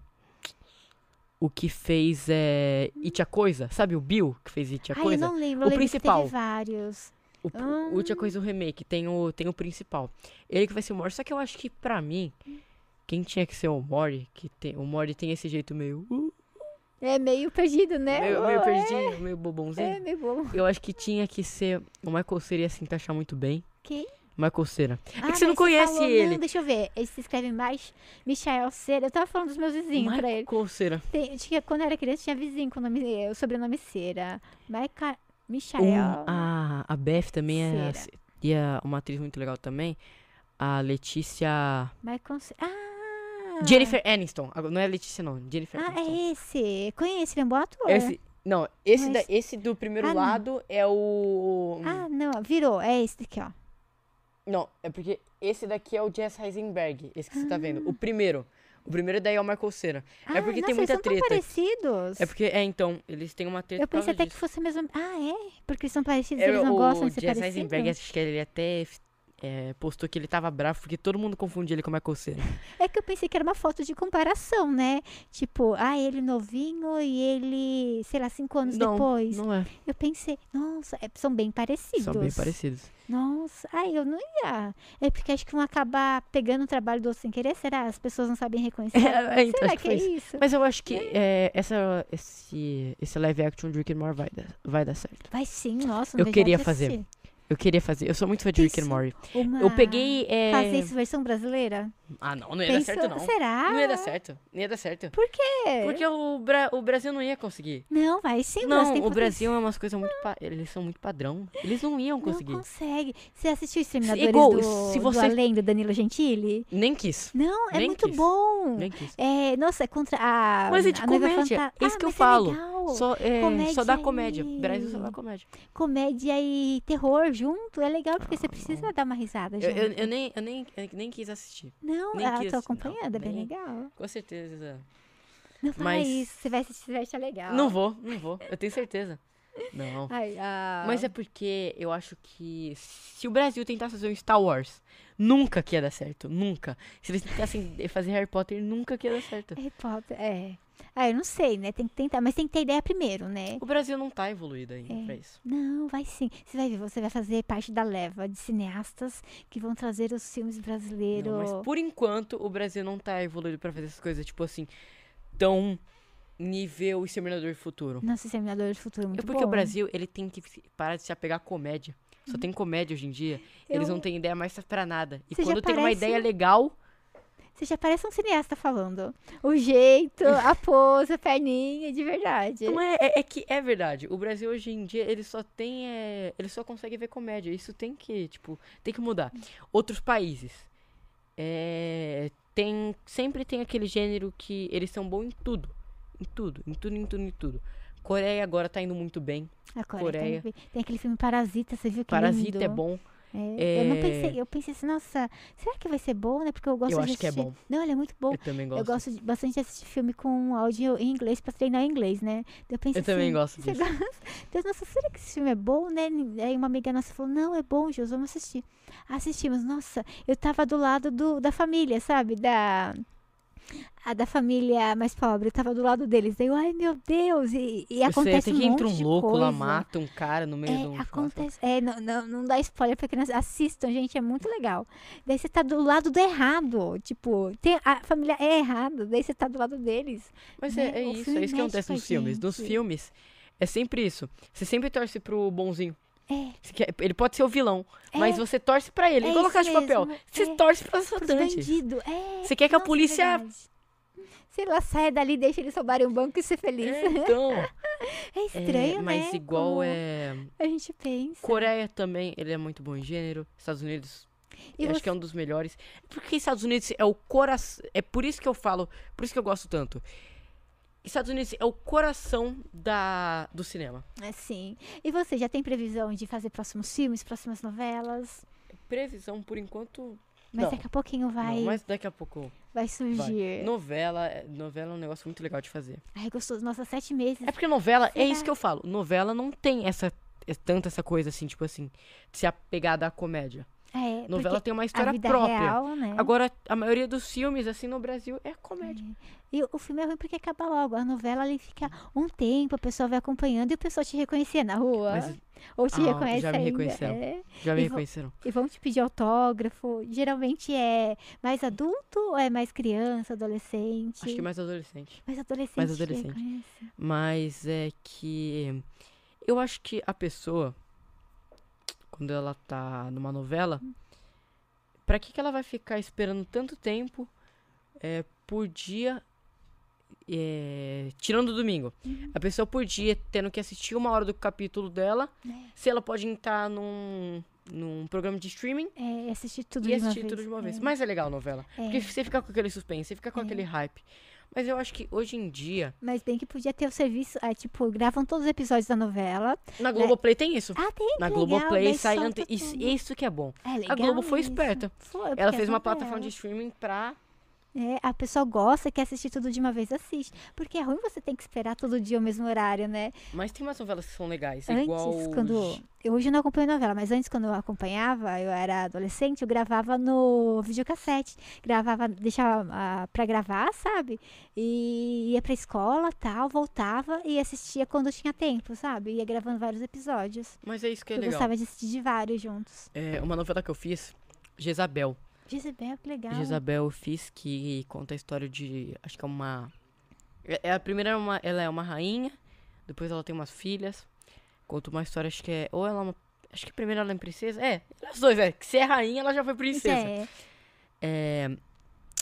O que fez é, It a Coisa. Sabe o Bill que fez It a Ai, eu Coisa? não lembro, O eu lembro principal. que teve vários. O, Ah. o It a Coisa, o remake, tem o, tem o principal. Ele que vai ser o Morty. Só que eu acho que pra mim, quem tinha que ser o Morty, que tem, o Morty tem esse jeito meio. Uh, É meio perdido, né? meio, meio Oh, perdidinho, meio É, bobãozinho. é meio bom. Eu acho que tinha que ser. O Michael Cera ia se encaixar muito bem. Quem? Michael Cera. Ah, É que você não mas conhece falou- ele. Não, deixa eu ver. Ele se escreve mais Michael Cera. Eu tava falando dos meus vizinhos pra ele. Michael Cera. Tem- tinha, quando eu era criança, tinha vizinho com o, nome, o sobrenome Cera. Michael, Michael. Um, a, a Beth também é. Cera. E a, uma atriz muito legal também. A Letícia. Michael Cera. Ah! Jennifer Aniston. Agora, não é Letícia, não. Jennifer Ah, Aniston. é esse. Conhece, ele é um bom ator. Esse, não, esse, Mas- da- esse do primeiro Ah, não. lado é o. Ah, não, virou. É esse daqui, ó. Não, é porque esse daqui é o Jesse Eisenberg. Esse que você tá vendo. Ah. O primeiro. O primeiro daí é o Michael Cera. É porque ah, tem nossa, muita eles são tão treta. parecidos. É porque, é, então, eles têm uma treta Eu por causa pensei até que disso. fosse a mesma. Ah, é? Porque eles são parecidos, É, eles não o gostam de ser Jesse parecidos? Eisenberg, acho que ele até é, postou que ele tava bravo porque todo mundo confundia ele com o Michael Cera. É que eu pensei que era uma foto de comparação, né? Tipo, ah, ele novinho e ele, sei lá, cinco anos não, depois. não é. Eu pensei, nossa, é- são bem parecidos. São bem parecidos. Nossa, ai, eu não ia. É porque acho que vão acabar pegando o trabalho do outro sem querer, será? As pessoas não sabem reconhecer. É, é, então, será acho que que, foi é isso. isso? Mas eu acho que é, essa, esse, esse live action de Rick and Morty vai dar, vai dar certo. Vai sim, nossa, não Eu vejo queria hora de fazer. Eu queria fazer. Eu sou muito fã de Rick and Isso. Morty. Uma... Eu peguei. É... Fazer isso versão brasileira? Ah, não, não ia Pensou- dar certo, não. Será? Não ia dar certo. Não ia dar certo. Por quê? Porque o, Bra- o Brasil não ia conseguir. Não, vai sim. Não, Brasil tem o Brasil potencial. é umas coisas muito. Pa- Eles são muito padrão. Eles não iam conseguir. Não consegue. Você assistiu Exterminadores Igual, do, se do você- Além, do Danilo Gentili? Nem quis. Não, é Nem muito quis. bom. Nem quis. É, nossa, é contra a. Mas é de a Noiva comédia. Fanta- É isso Ah, que eu mas falo. É legal. Só, é, Comédia só dá e- comédia. Brasil só dá comédia. Comédia e terror junto é legal porque você precisa dar uma risada Eu, junto. eu, eu nem, eu, nem, eu nem quis assistir. Não, nem ah, quis, tô não, acompanhando, é bem nem- legal. Com certeza. Não fala Mas- isso, você vai assistir, você vai achar legal. Não vou, não vou. Eu tenho certeza. Não. Ai, ah, Mas é porque eu acho que se o Brasil tentasse fazer um Star Wars, nunca que ia dar certo. Nunca. Se eles tentassem fazer Harry Potter, nunca que ia dar certo. Harry Potter, é. Ah, eu não sei, né? Tem que tentar, mas tem que ter ideia primeiro, né? O Brasil não tá evoluído ainda É. pra isso. Não, vai sim. Você vai ver, você vai fazer parte da leva de cineastas que vão trazer os filmes brasileiros. Não, mas por enquanto o Brasil não tá evoluído pra fazer essas coisas, tipo assim, tão nível Exterminador do Futuro. Nossa, Exterminador do Futuro é muito É porque bom. o Brasil, ele tem que se- parar de se apegar à comédia. Só tem comédia hoje em dia. Eles Eu- não têm ideia mais pra nada. E Você já quando tem uma parece- ideia legal, Você já parece um cineasta falando. O jeito, a pose, a perninha, de verdade. não é, é, é que é verdade. O Brasil hoje em dia, ele só tem, é, ele só consegue ver comédia. Isso tem que, tipo, tem que mudar. Outros países, é, tem, sempre tem aquele gênero que eles são bons em tudo. Em tudo, em tudo, em tudo, em tudo. Coreia agora tá indo muito bem. A Coreia Coreia. Tem, tem aquele filme Parasita, você viu que Parasita lindo? é bom. É, Eu não É. pensei, eu pensei assim, nossa, será que vai ser bom, né? Porque eu gosto Eu de acho que é assistir- bom. Não, ele é muito bom. Eu também gosto. Eu gosto de- bastante de assistir filme com áudio em inglês pra treinar inglês, né? Eu, pensei Eu também assim, gosto você disso. gosta? Deus, nossa, será que esse filme é bom, né? Aí uma amiga nossa falou, não, é bom, Jus, vamos assistir. Assistimos, nossa, eu tava do lado do, da família, sabe? Da... A da família mais pobre, eu tava do lado deles. Daí eu, ai meu Deus, e, e Eu sei, acontece tem um que monte entra um de louco coisa. lá, mata um cara no meio de um É, churrasco. acontece. É, não, não, não dá spoiler pra criança. Assistam, gente, é muito legal. Daí você tá do lado do errado. Tipo, tem, a família é errado, daí você tá do lado deles. Mas né? é, é O isso, filme é isso que mexe acontece com a nos filmes. Nos gente. filmes, é sempre isso. Você sempre torce pro bonzinho. É, Você quer- Ele pode ser o vilão, É. mas você torce pra ele. É igual a isso Casa de Papel. mesmo, Você é. torce pros pros assaltantes. bandidos. É, Você quer que a nossa, polícia- é verdade. Sei lá, saia dali, deixa eles roubarem um banco e ser feliz. É, então. É estranho, É, né? mas igual como é. A gente pensa. Coreia também, ele é muito bom em gênero. Estados Unidos, E eu acho você- que é um dos melhores. Porque Estados Unidos é o coração. É por isso que eu falo, por isso que eu gosto tanto. Estados Unidos é o coração da, do cinema. Assim. E você já tem previsão de fazer próximos filmes, próximas novelas? Previsão, por enquanto. Mas Não. daqui a pouquinho vai, Não, mas daqui a pouco vai vai. surgir. Novela, é- novela é um negócio muito legal de fazer. Ai, gostoso. Nossa, sete meses. É porque novela, é Será? isso que eu falo. Novela não tem essa é tanto essa coisa assim, tipo assim, de se apegar da comédia. É, Novela porque tem uma a história vida própria. real, né? Agora, a maioria dos filmes, assim, no Brasil, é comédia. E o filme é ruim porque acaba logo. A novela ali fica um tempo, a pessoa vai acompanhando e o pessoal te reconhecia na rua. Mas Ou te Ah, reconhece já me ainda. reconheceram. É. já me E vo- reconheceram. E vão te pedir autógrafo. Geralmente é mais adulto ou é mais criança, adolescente? Acho que mais adolescente. Mais adolescente. mais te adolescente. reconhece. Mas é que. Eu acho que a pessoa, quando ela tá numa novela, pra que, que ela vai ficar esperando tanto tempo é, por dia, é, tirando o domingo? Uhum. A pessoa por dia tendo que assistir uma hora do capítulo dela, É. se ela pode entrar num, num programa de streaming É, assistir tudo e de uma assistir vez. tudo de uma vez. É. Mas é legal a novela. É. Porque você fica com aquele suspense, você fica com É. aquele hype. Mas eu acho que hoje em dia, Mas bem que podia ter o serviço, ah, tipo, gravam todos os episódios da novela. na Globoplay tem isso. Ah, tem, Na que Globoplay legal, daí sai solta ante... isso, tudo. isso que é bom. É A legal Globo foi isso. esperta. Foi, porque Ela é fez uma novela. plataforma de streaming pra. É, a pessoa gosta, quer assistir tudo de uma vez, assiste. Porque é ruim você ter que esperar todo dia o mesmo horário, né? Mas tem umas novelas que são legais. Antes, igual. quando... Eu hoje não acompanho novela, mas antes, quando eu acompanhava, eu era adolescente, eu gravava no videocassete. Gravava, deixava ah, pra gravar, sabe? E ia pra escola, tal, voltava e assistia quando tinha tempo, sabe? Ia gravando vários episódios. Mas é isso que é eu legal. gostava de assistir de vários juntos. É uma novela que eu fiz, Jezabel. Jezebel, que legal. Jezabel eu fiz que conta a história de. Acho que é uma. É é a primeira, é uma, ela é uma rainha, depois ela tem umas filhas. Conta uma história, acho que é. Ou ela é uma. Acho que primeiro ela é princesa. É, as dois, é. Que se é rainha, ela já foi Isso princesa. é. É,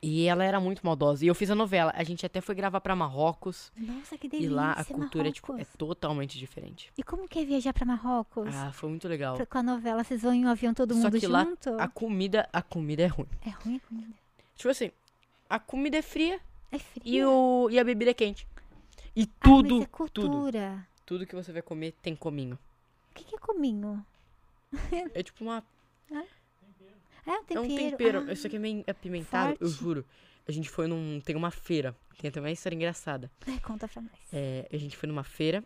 E ela era muito maldosa. E eu fiz a novela. A gente até foi gravar pra Marrocos. Nossa, que delícia, E lá a cultura é, tipo, é Marrocos. totalmente diferente. E como que é viajar pra Marrocos? Ah, foi muito legal. Pra- Com a novela, vocês vão em um avião todo Só mundo que lá junto? a comida, a comida é ruim. É ruim a comida? Tipo assim, a comida é fria É fria? e, o, e a bebida é quente. E Ah, tudo, mas é tudo, cultura. tudo que você vai comer tem cominho. O que, que é cominho? É tipo uma... É um É tempero. um tempero. Ah, Isso aqui é meio apimentado, eu forte. juro. A gente foi num... Tem uma feira. Tem até uma história engraçada. ai, conta pra nós. É, a gente foi numa feira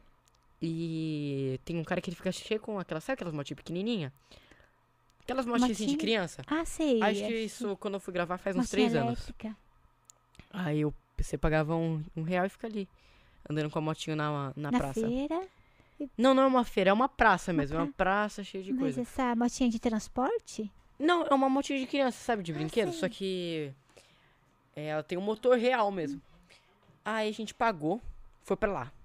e tem um cara que ele fica cheio com aquelas... Sabe aquelas motinhas pequenininha? Aquelas motinhas assim de Motinha? criança. Ah, sei. Acho que é isso, quando eu fui gravar, faz uns motinha três anos. elétrica. Aí eu, você pagava um, um real e fica ali, andando com a motinha na, na, Na praça. feira. Não, não é uma feira, é uma praça Uma mesmo. É uma praça cheia de Mas coisa. essa motinha de transporte? Não, é uma motinha de criança, sabe? De Ah, brinquedo. sei. Só que é, ela tem um motor real mesmo. Aí a gente pagou, foi pra lá.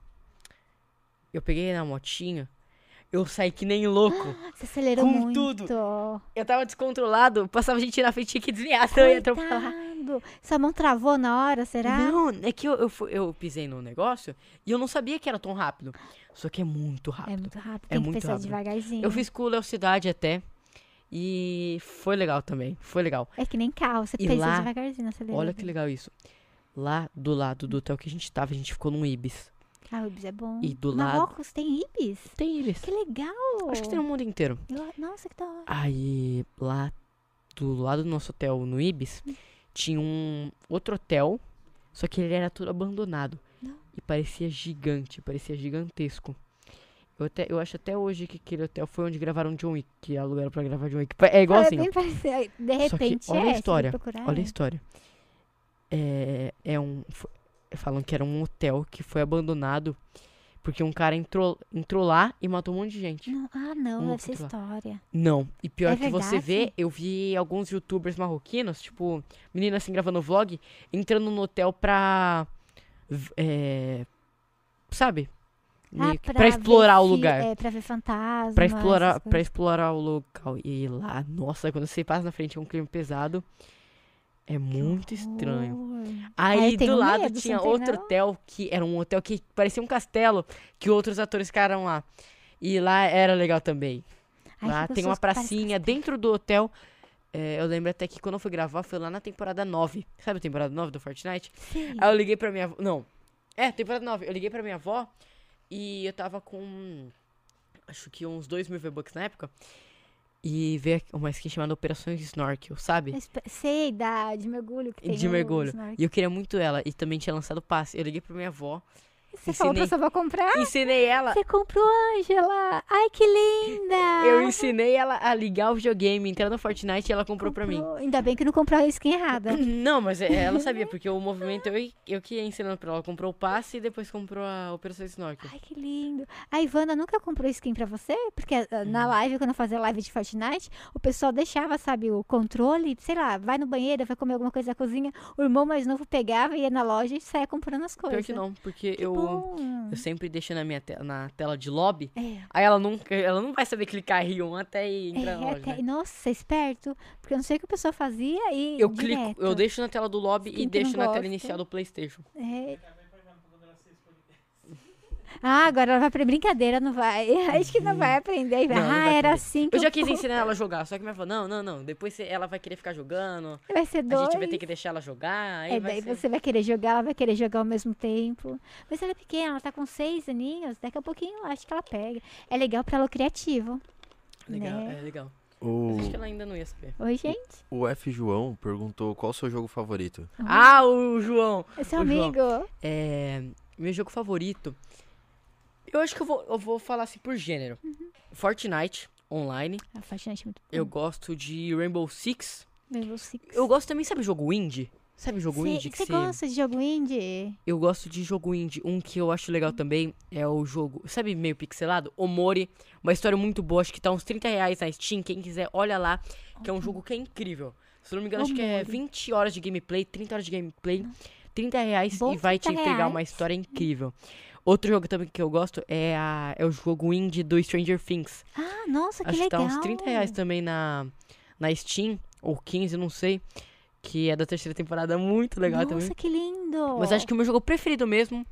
Eu peguei na motinha, eu saí que nem louco. Você acelerou Com muito. tudo. Eu tava descontrolado, passava gente na frente, tinha que desviar, senão eu ia atropelar. Coitado. Sua mão travou na hora, será? Não, é que eu, eu, fui- eu pisei no negócio e eu não sabia que era tão rápido. Só que é muito É rápido. muito rápido. É Tem que muito pensar rápido. devagarzinho. Eu fiz com o Léo Cidade até. E foi legal também. Foi legal. É que nem carro, você E pensa lá, devagarzinho no acelerador. Olha que legal isso. Lá do lado do hotel que a gente tava, a gente ficou num Ibis. Ah, o Ibis é bom. E do lado- Marrocos tem Ibis? Tem Ibis. Que legal. Acho que tem no mundo inteiro. Eu- Nossa, que da hora. Aí lá do lado do nosso hotel no Ibis, tinha um outro hotel, só que ele era todo abandonado. Não. E parecia gigante, parecia gigantesco. Eu, até, eu acho até hoje que aquele hotel foi onde gravaram John Wick, que alugaram pra gravar John Wick. É igualzinho. É bem parecido. De Só que repente olha a é, se história, procurar, Olha a é. história. É, é um. fo- Falam que era um hotel que foi abandonado porque um cara entrou, entrou lá e matou um monte de gente. Não, ah, não, Um deve ser outro lá. história. Não, e pior É que você vê, verdade? eu vi alguns youtubers marroquinos, tipo, menina assim gravando vlog, entrando no hotel pra. v- É, sabe? Meio que pra, ver explorar o fi- lugar. É, pra ver fantasmas. Pra explorar, essas pra coisas. explorar o local. E lá, nossa, quando você passa na frente é um clima pesado. É muito estranho. Horror. Aí eu do tenho lado medo, você tinha não tem, outro não? hotel que era um hotel que parecia um castelo que outros atores ficaram lá. E lá era legal também. Ai, Lá que tem uma gostoso que parece pracinha castelo. dentro do hotel. É, eu lembro até que quando eu fui gravar foi lá na temporada nove. Sabe a temporada nove do Fortnite? Sim. Aí eu liguei pra minha avó. Não. É, temporada nove. Eu liguei pra minha avó e eu tava com. Acho que uns dois mil V-Bucks na época. E veio uma skin chamada Operações Snorkel, sabe? Mas pe- Sei da, de mergulho que tem De o mergulho. snorkel. E eu queria muito ela. E também tinha lançado o passe. Eu liguei pra minha avó. Você falou pra ensinei- sua avó comprar? Ensinei ela. Você comprou, Ângela! Ai, que linda! Eu ensinei ela a ligar o videogame, entrar no Fortnite e ela comprou pra mim. Comprou. Ainda bem que não comprou a skin errada. Não, mas é- ela sabia, porque o movimento eu, eu que ia ensinando pra ela. Ela comprou o passe e depois comprou a Operação Snorkel. Ai, que lindo. A Ivana nunca comprou skin pra você? Porque ah, na live, quando eu fazia live de Fortnite, o pessoal deixava, sabe, o controle, sei lá, vai no banheiro, vai comer alguma coisa na cozinha. O irmão mais novo pegava, ia na loja e saia comprando as coisas. Pior que não, porque Que eu, bom. eu sempre deixo na minha te- na tela de lobby. É. Aí ela nunca, ela não vai saber clicar R um até ir entrar na É, loja, até- né? Nossa, você é esperto. Porque eu não sei o que o pessoal fazia e Eu direto. clico, eu deixo na tela do lobby Skin e que não deixo na tela gosta. inicial do PlayStation. É. Ah, agora ela vai pra brincadeira, não vai. Acho que não vai aprender. Não, não ah, vai era aprender. assim que Eu já quis fui. ensinar ela a jogar, só que minha avó, não, não, não. Depois você- ela vai querer ficar jogando. Vai ser A dois. gente vai ter que deixar ela jogar. Aí É, vai daí ser... você vai querer jogar, ela vai querer jogar ao mesmo tempo. Mas ela é pequena, ela tá com seis aninhos, daqui a pouquinho eu acho que ela pega. É legal pra ela o criativo. Legal, né? é legal. O, Mas acho que ela ainda não ia saber. Oi, gente. o F. João perguntou qual o seu jogo favorito. Ah, o João! É seu o João. amigo. É, meu jogo favorito. Eu acho que eu vou, eu vou falar assim por gênero. Fortnite, online. A Fortnite é muito Eu bom. gosto de Rainbow Six. Rainbow Six. Eu gosto também, sabe jogo indie? Sabe jogo Cê- indie que Você você... gosta de jogo indie? Eu gosto de jogo indie. Um que eu acho legal também é o jogo, sabe, meio pixelado? Omori. Uma história muito boa, acho que tá uns trinta reais na Steam. Quem quiser, olha lá. Que é um jogo que é incrível. Se eu não me engano, acho que é Omori. vinte horas de gameplay, trinta horas de gameplay. trinta reais Bom, e vai te trinta entregar uma reais. história incrível. Outro jogo também que eu gosto é, a, é o jogo indie do Stranger Things. Ah, nossa, que Acho que legal. tá uns trinta reais também na, na Steam, ou quinze, não sei. que é da terceira temporada, muito legal Nossa, também. que lindo! Mas acho que o meu jogo preferido mesmo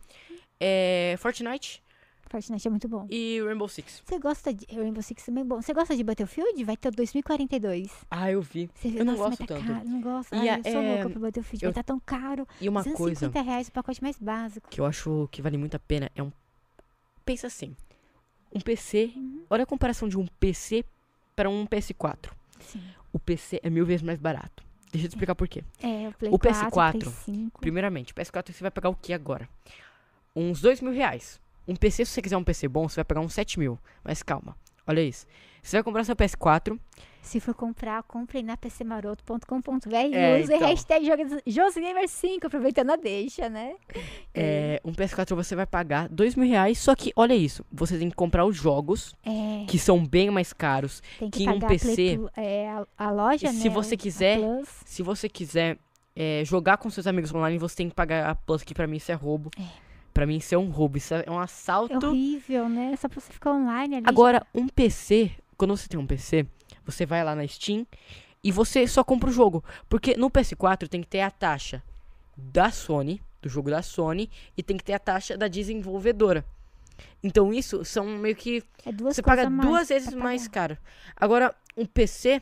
é Fortnite Fortnite é muito bom. e Rainbow Six. Você gosta de... Rainbow Six também é bom. Você gosta de Battlefield? Vai ter o dois mil e quarenta e dois. Ah, eu vi. Você viu? Eu não Nossa, gosto mas tá tanto. caro. Não gosto. E Ai, a- eu sou é, louca pro Battlefield. eu- Vai tá tão caro. E uma duzentos e coisa cinquenta reais o pacote mais básico. que eu acho que vale muito a pena é um... Pensa assim, um P C... Uhum. Olha a comparação de um P C para um P S quatro. Sim. O P C é mil vezes mais barato. Deixa eu te explicar por quê. É, o Play O P S quatro, quatro, Play cinco. Primeiramente, o P S quatro você vai pagar o que agora? Uns dois mil reais. Um P C, se você quiser um P C bom, você vai pagar uns sete mil. Mas calma, olha isso. Você vai comprar seu P S quatro. Se for comprar, compre na p c maroto ponto com ponto b r É, e use então. hashtag Josgamer cinco, aproveitando a deixa, né? É, um P S quatro você vai pagar dois mil reais. Só que, olha isso. Você tem que comprar os jogos, É, que são bem mais caros. tem que que em um pagar P a Play C, Plus- é, a, a loja, e né? se você a quiser, Plus. Se você quiser é, jogar com seus amigos online, você tem que pagar a Plus, que pra mim isso é roubo. É. Pra mim isso é um roubo. Isso é um É assalto. horrível, né? Só pra você ficar online ali. Agora, um P C, quando você tem um P C, você vai lá na Steam e você só compra o jogo. Porque no P S quatro tem que ter a taxa da Sony, do jogo da Sony, e tem que ter a taxa da desenvolvedora. Então isso são meio que... é duas Você coisas paga a mais duas pra vezes mais pagar. caro. Agora, um P C,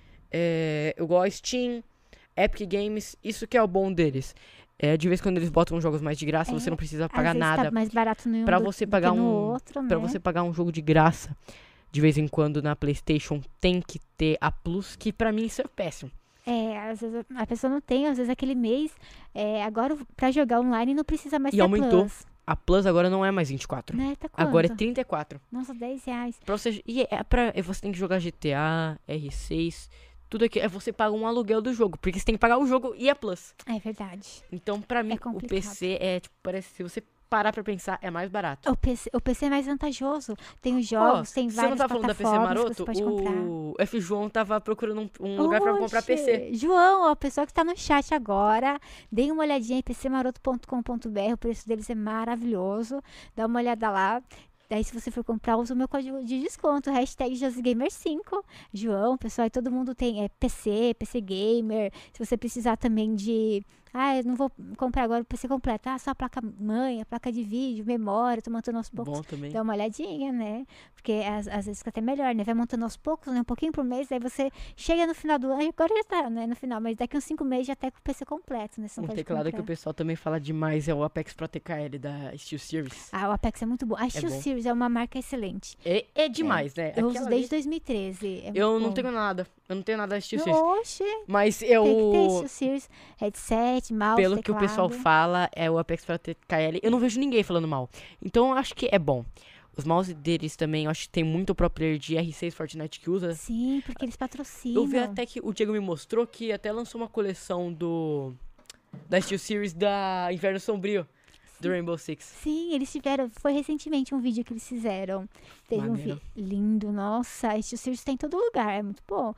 é, igual a Steam, Epic Games, isso que é o bom deles. É, de vez em quando eles botam jogos mais de graça, É, você não precisa Às pagar vezes nada. Tá mais barato no um Pra do- você do pagar que no um- outro, Pra né? você pagar um jogo de graça, de vez em quando na PlayStation tem que ter a Plus, que pra mim isso é péssimo. É, às vezes a pessoa não tem, às vezes aquele mês, é, agora pra jogar online não precisa mais E ter a aumentou. Plus, A Plus agora não é mais vinte e quatro. né? Tá quanto? Agora é trinta e quatro. Nossa, dez reais. Pra você, e é pra, e você tem que jogar G T A, R seis, tudo aqui. É você paga um aluguel do jogo, porque você tem que pagar o jogo e a Plus. É verdade. Então, pra mim, É o complicado. P C é, tipo, parece, se você parar pra pensar, é mais barato. O P C, o P C é mais vantajoso. Tem os jogos, tem Você não várias tá falando da P C plataformas que Maroto? você pode comprar. O F. João tava procurando um, um lugar pra comprar P C. Oxe, João, ó, a pessoa que está no chat agora, dê uma olhadinha em p c maroto ponto com ponto b r, o preço deles é maravilhoso. Dá uma olhada lá. Daí, se você for comprar, usa o meu código de desconto, hashtag Josgamer cinco. João, pessoal, aí todo mundo tem é, P C, P C Gamer. Se você precisar também de... Ah, eu não vou comprar agora o P C completo. Ah, só a placa-mãe, a placa de vídeo, memória, tô montando aos poucos. Bom também. Dá uma olhadinha, né? Porque às, às vezes fica até melhor, né? Vai montando aos poucos, né? Um pouquinho por mês, aí você chega no final do ano, agora já tá, né? No final, mas daqui uns cinco meses já tá com o P C completo, né? Você não Um pode teclado que comprar. o pessoal também fala demais é o Apex Pro T K L da SteelSeries. Ah, o Apex é muito bom. A SteelSeries é uma marca excelente. É, é demais, né? Eu uso Aquela desde ali- dois mil e treze. É Eu muito não bom. tenho nada. Eu não tenho nada da SteelSeries. Oxe, Mas eu... tem que ter SteelSeries, headset, mouse, Pelo que o teclado. pessoal fala, é o Apex Pro T K L. Eu não vejo ninguém falando mal. Então eu acho que é bom. Os mouse deles também, eu acho que tem muito pro player de R seis Fortnite que usa. Sim, porque eles patrocinam. Eu vi até que o Diego me mostrou que até lançou uma coleção do... Da SteelSeries da Inverno Sombrio. Do Rainbow Six. Sim, eles tiveram. Foi recentemente um vídeo que eles fizeram. Teve um Maneiro. vídeo lindo, nossa. Este Series tem em todo lugar, é muito bom.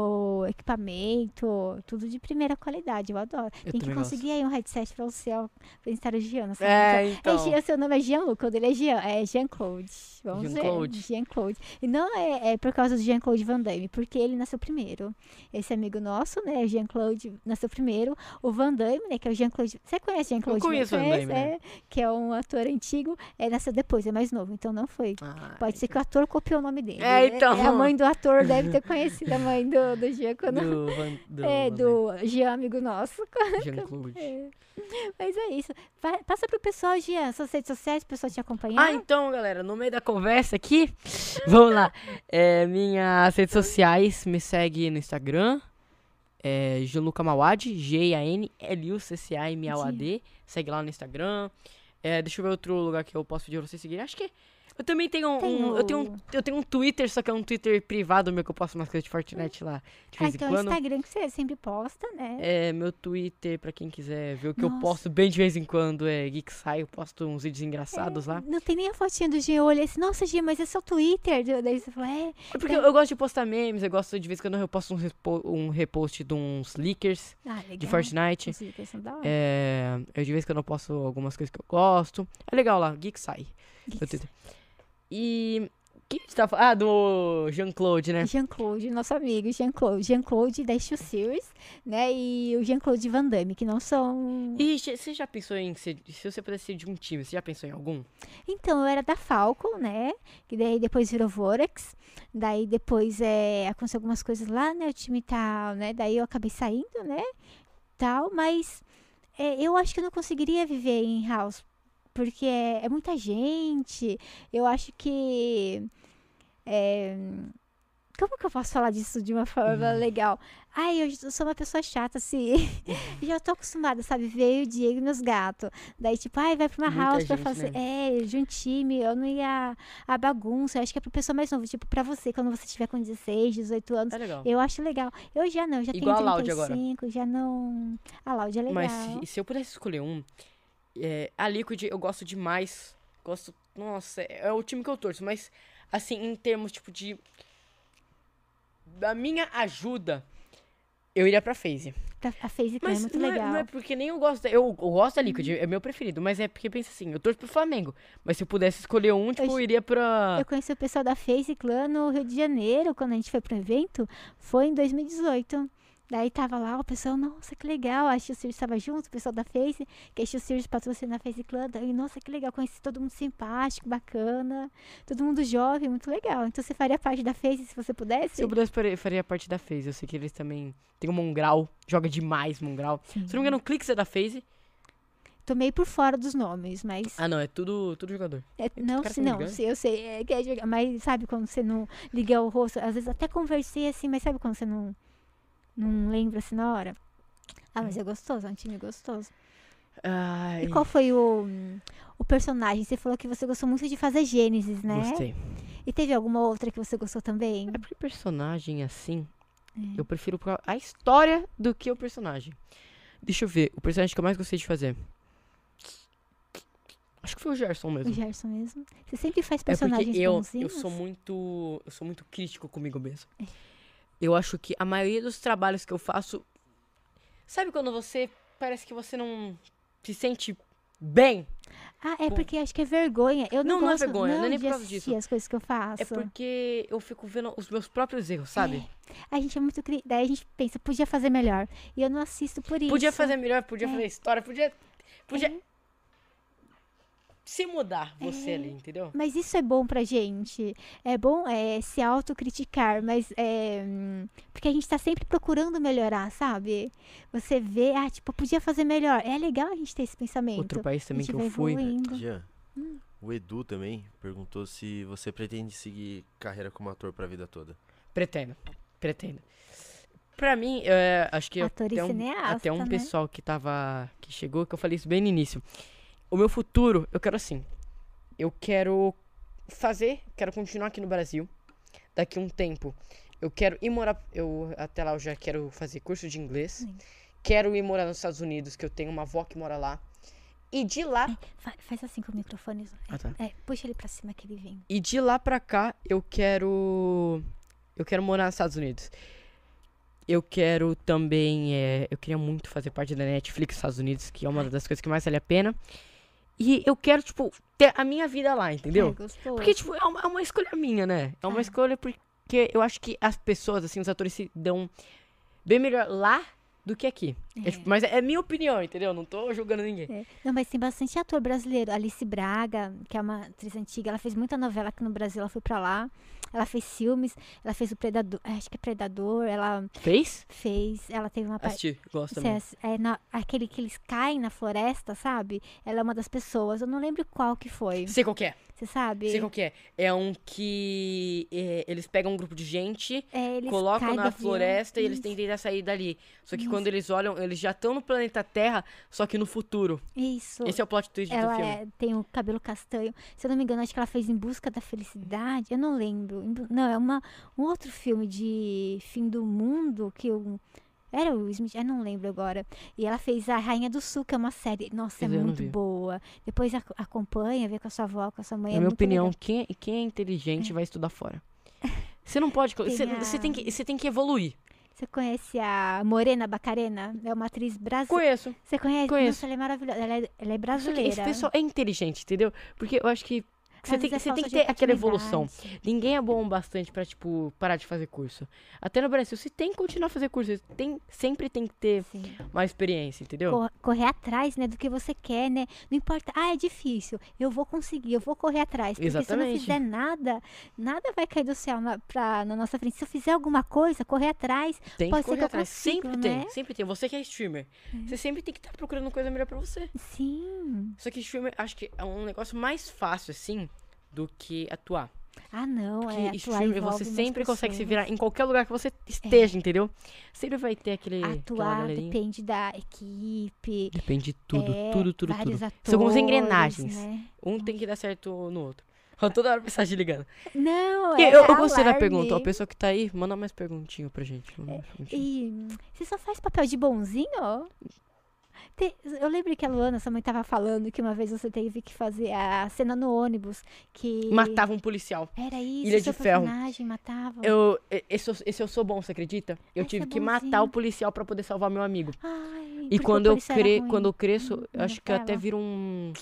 O equipamento, tudo de primeira qualidade, eu adoro. Eu Tem que também conseguir aí um headset pra você, ó, pra estar o Giano. sabe? É, É, então. Gian- seu nome é Gianluca, o dele é Jean, é Jean-Claude. Vamos Jean-Claude. ver. Jean-Claude. E não é, é por causa do Jean-Claude Van Damme, porque ele nasceu primeiro. Esse amigo nosso, né, Jean-Claude, nasceu primeiro. O Van Damme, né, que é o Jean-Claude. Você conhece Jean-Claude? Eu conheço o Van Conhece? Damme, né? É, que é um ator antigo, é, nasceu depois, é mais novo, então não foi. Ah, Pode ser que o ator copiou o nome dele. É, então. É, a mãe do ator deve ter conhecido a mãe do, do Jean quando. Do, Van, do, é, do Jean, amigo nosso. Jean-Claude. É. Mas é isso. Vai- passa pro pessoal, Jean, suas redes sociais, o pessoal te acompanhar. Ah, então, galera, no meio da conversa aqui, vamos lá. É, minhas redes sociais, me segue no Instagram, é Gianluca Mawad, G A N L U C C A M A U A D. Segue lá no Instagram. É, deixa eu ver outro lugar que eu posso pedir pra vocês seguirem. Acho que eu também tenho um, Tem um- o- eu tenho um, eu tenho um Twitter, só que é um Twitter privado meu que eu posto umas coisas de Fortnite lá de Ah, vez então em o quando. Instagram que você sempre posta, né? É, meu Twitter, pra quem quiser ver o que eu Nossa. posto bem de vez em quando, é Geeksai. Eu posto uns vídeos engraçados lá. Não tem nem a fotinha do Jean. Eu olhei assim, nossa, Jean, mas esse é o Twitter. Daí você falou, é. É porque eu, eu gosto de postar memes, eu gosto de vez em quando eu posto um, repo- um repost de uns leakers Ah, legal. de Fortnite. Os leakers são da hora. É, eu de vez em quando eu posto algumas coisas que eu gosto. É legal lá, Geeksai. meu Geeks. Twitter. E Que você tá falando? Ah, do Jean-Claude, né? Jean-Claude, nosso amigo Jean-Claude. Jean-Claude da Steel Series, né? E o Jean-Claude Van Damme, que não são... E je- você já pensou em ser, se você pudesse ser de um time, você já pensou em algum? Então, eu era da Falcon, né? Que daí depois virou Vorax. Daí depois é, aconteceu algumas coisas lá, né? O time tal, né? Daí eu acabei saindo, né? Tal, mas é, eu acho que eu não conseguiria viver em House. Porque é, é muita gente. Eu acho que... é, como que eu posso falar disso de uma forma legal? Ai, eu sou uma pessoa chata, assim. Já tô acostumada, sabe? Veio o Diego e meus gatos. Daí, tipo, ai, vai pra uma Muita house pra gente, fazer. né? É, de um time. Eu não ia. A bagunça. Eu acho que é pra pessoa mais nova. Tipo, pra você, quando você tiver com dezesseis, dezoito anos. É legal. Eu acho legal. Eu já não, já Igual a tenho Loud trinta e agora. cinco, já não. A Loud é legal. Mas se, se eu pudesse escolher um, é, a Liquid eu gosto demais. Gosto. Nossa, é, é o time que eu torço, mas assim, em termos tipo de. Da minha ajuda, eu iria pra FaZe. Pra- A FaZe Clan é Mas muito não, legal. É, não é porque nem eu gosto. Da, eu, eu gosto da Liquid, é meu preferido. Mas é porque pensa assim, eu torço pro Flamengo. Mas se eu pudesse escolher um, tipo, eu, Eu- iria pra. Eu conheci o pessoal da FaZe Clan no Rio de Janeiro, quando a gente foi pro evento. Foi em dois mil e dezoito. Daí tava lá o pessoal, nossa, que legal. A Steel Series tava junto, o pessoal da FaZe, que a Steel Series patrocina a FaZe Clan. Daí, nossa, que legal. Conheci todo mundo simpático, bacana. Todo mundo jovem, muito legal. Então você faria parte da FaZe se você pudesse? Se eu pudesse, faria, faria parte da FaZe. Eu sei que eles também. Tem o Mongrau, joga demais Mongrau. Sim. Se não me engano, o Clix é da FaZe. Tô meio por fora dos nomes, mas... Ah, não, é tudo, tudo jogador. É, não, cara se, tá me não, ligando? se, eu sei, é, que é jogar- mas sabe quando você não liga o rosto? Às vezes até conversei assim, mas sabe quando você não, não lembra assim na hora? Ah, mas é gostoso, é um time gostoso. Ai, E qual foi o, o personagem? Você falou que você gostou muito de fazer Gênesis, né? gostei. E teve alguma outra que você gostou também? É porque personagem assim, É. eu prefiro pra- a história do que o personagem. Deixa eu ver, o personagem que eu mais gostei de fazer. Acho que foi o Gerson O mesmo. Gerson mesmo. Você sempre faz É personagens porque eu, eu bonzinhos? sou muito. Eu sou muito crítico comigo mesmo. Eu acho que a maioria dos trabalhos que eu faço. Sabe quando você. Parece que você não se sente bem? Ah, é porque acho que é vergonha. Eu não, Não, não é gosto vergonha, não é nem de por causa assistir disso. as coisas que eu faço. É porque eu fico vendo os meus próprios erros, sabe? A gente é muito cri... Daí a gente pensa, podia fazer melhor. E eu não assisto por isso. Podia fazer melhor, podia É. fazer história, podia. Podia É. se mudar você ali, entendeu? Mas isso é bom pra gente. É bom é, se autocriticar, mas é. hum, Porque a gente tá sempre procurando melhorar, sabe? Você vê, ah, tipo, podia fazer melhor. É legal a gente ter esse pensamento. Outro país a também gente que vai eu fui. evoluindo. Jean, o Edu também perguntou se você pretende seguir carreira como ator pra vida toda. Pretendo, pretendo. Pra mim, é, acho que Ator e até um, cineasta, até um né? pessoal que tava. Que chegou, que eu falei isso bem no início. O meu futuro, eu quero assim. Eu quero fazer, quero continuar aqui no Brasil. Daqui a um tempo, eu quero ir morar. Eu, até lá eu já quero fazer curso de inglês. Sim. Quero ir morar nos Estados Unidos, que eu tenho uma avó que mora lá. E de lá. Fa- faz assim com o microfone. É, Ah, tá. é, puxa ele pra cima que ele vem. E de lá pra cá, eu quero. Eu quero morar nos Estados Unidos. Eu quero também. É, eu queria muito fazer parte da Netflix Estados Unidos, que é uma das coisas que mais vale a pena. E eu quero, tipo, ter a minha vida lá, entendeu? É, gostou? Porque, tipo, é uma, é uma escolha minha, né? É uma É. escolha porque eu acho que as pessoas, assim, os atores se dão bem melhor lá do que aqui. É, tipo, mas é, é minha opinião, entendeu? Não tô julgando ninguém. É. Não, mas tem bastante ator brasileiro. Alice Braga, que é uma atriz antiga, ela fez muita novela aqui no Brasil, ela foi pra lá. Ela fez filmes, ela fez o Predador, acho que é Predador, ela Fez? fez, ela teve uma parte. Assisti, gosto Cê também. ass- É na- aquele que eles caem na floresta, sabe? Ela é uma das pessoas. Eu não lembro qual que foi. Sei qual que é. Você sabe? Sei qual que é. É um que é, eles pegam um grupo de gente, É, eles colocam caem do na avião. floresta e eles Isso, tentam tentar sair dali. Só que Isso. quando eles olham, eles já estão no planeta Terra, só que no futuro. Isso. Esse é o plot twist do Ela filme. é- tem o cabelo castanho. Se eu não me engano, acho que ela fez Em Busca da Felicidade. Eu não lembro. Em Bu- Não, é uma, um outro filme de fim do mundo que eu. Era o Smith, eu não lembro agora. E ela fez A Rainha do Sul, que é uma série. Nossa, é Esse eu não muito vi. boa. Depois ac- acompanha, vê com a sua avó, com a sua mãe. Na é minha muito opinião, legal. quem, é- quem é inteligente vai estudar fora. Você não pode. Tem Você a- você tem, que, você tem que evoluir. Você conhece a Morena Bacarena? É uma atriz brasileira. Conheço. Você conhece? Conheço. Nossa, ela é maravilhosa. Ela é, ela é Só que brasileira. esse pessoal é inteligente, entendeu? Porque eu acho que Você Às tem, vezes é você tem falta que de ter aquela evolução. oportunidade. Ninguém é bom o bastante pra, tipo, parar de fazer curso. Até no Brasil, você tem que continuar a fazer curso. Você tem, sempre tem que ter Sim. mais experiência, entendeu? Cor- correr atrás, né, do que você quer, né? Não importa, ah, é difícil, eu vou conseguir, eu vou correr atrás. Porque se eu não Exatamente. fizer nada, nada vai cair do céu na, pra, na nossa frente. Se eu fizer alguma coisa, correr atrás, Tem pode que ser correr que eu atrás. consiga, Sempre né? tem, sempre tem. Você que é streamer. Você sempre tem que estar procurando coisa melhor pra você. Sim. Só que streamer, acho que é um negócio mais fácil, assim, do que atuar. Ah, não, Porque é, atuar streamer, envolve você umas sempre consegue se pessoas. virar em qualquer lugar que você esteja, entendeu? Sempre vai ter aquele, aquela Atuar galerinha. depende da equipe. Depende de tudo, é, tudo, tudo, vários tudo. atores, São como as engrenagens. né? Um tem que dar certo no outro. Ó, toda hora mensagem ligando. Não, E é eu, eu gostei da alarme. pergunta. Ó, a pessoa que tá aí, manda mais perguntinha pra gente. Manda mais perguntinha. E hum, você só faz papel de bonzinho? Te- eu lembro que a Luana, sua mãe, tava falando que uma vez você teve que fazer a cena no ônibus, que... Matava um policial. Era isso, Ilha de seu Ferro. personagem matava. Eu, e- esse, eu- esse eu sou bom, você acredita? Eu Ai, tive você é que matar bonzinho. o policial pra poder salvar meu amigo. Ai, E porque o quando eu, policial era cre... ruim quando eu cresço, hum, eu na acho que eu até novela. viro um.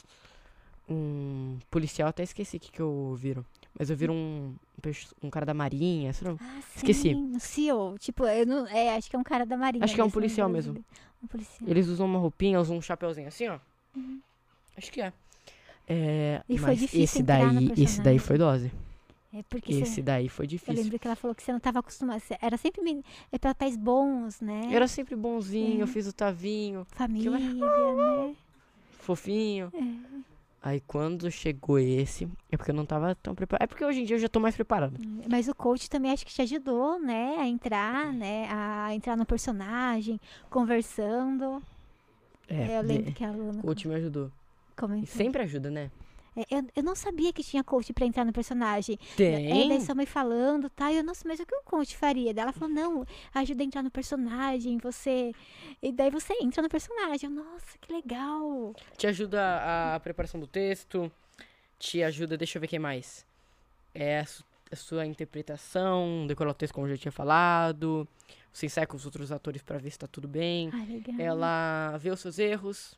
Um policial, até esqueci o que, que eu viro. Mas eu viro um, um peixe- um cara da marinha. sei lá. Ah, Esqueci. sim, no C E O. Tipo, eu não... É, acho que é um cara da marinha. Acho que é um mesmo, policial brasileiro. mesmo. Um policial. Eles usam uma roupinha, usam um chapeuzinho assim, ó. Uhum. Acho que é. É, E foi mas difícil esse entrar no daí, esse personagem. daí foi dose. É porque Esse você... daí foi Eu difícil. lembro que ela falou que você não estava acostumada. Você- Era sempre men- é, papéis bons, né? Eu era sempre bonzinho, É. eu fiz o Tavinho, Família, eu né? fofinho. É. Aí quando chegou esse, é porque eu não tava tão preparado. É porque hoje em dia eu já tô mais preparado. Mas o coach também acho que te ajudou, né? A entrar, né? A entrar no personagem, conversando. É, eu lembro de- que a Luna o coach me ajudou. E comentou. sempre ajuda, né? É, eu, eu não sabia que tinha coach pra entrar no personagem. É, Tem. daí sua mãe falando, tá? E eu, nossa, mas o que um coach faria? Daí ela falou, não, ajuda a entrar no personagem, você... E daí você entra no personagem. Eu, nossa, que legal. Te ajuda a, a preparação do texto. Te ajuda, deixa eu ver o que mais. É a, su- a sua interpretação, decorar o texto como eu já tinha falado. Você ensaia com os outros atores pra ver se tá tudo bem. Ah, legal. Ela vê os seus erros.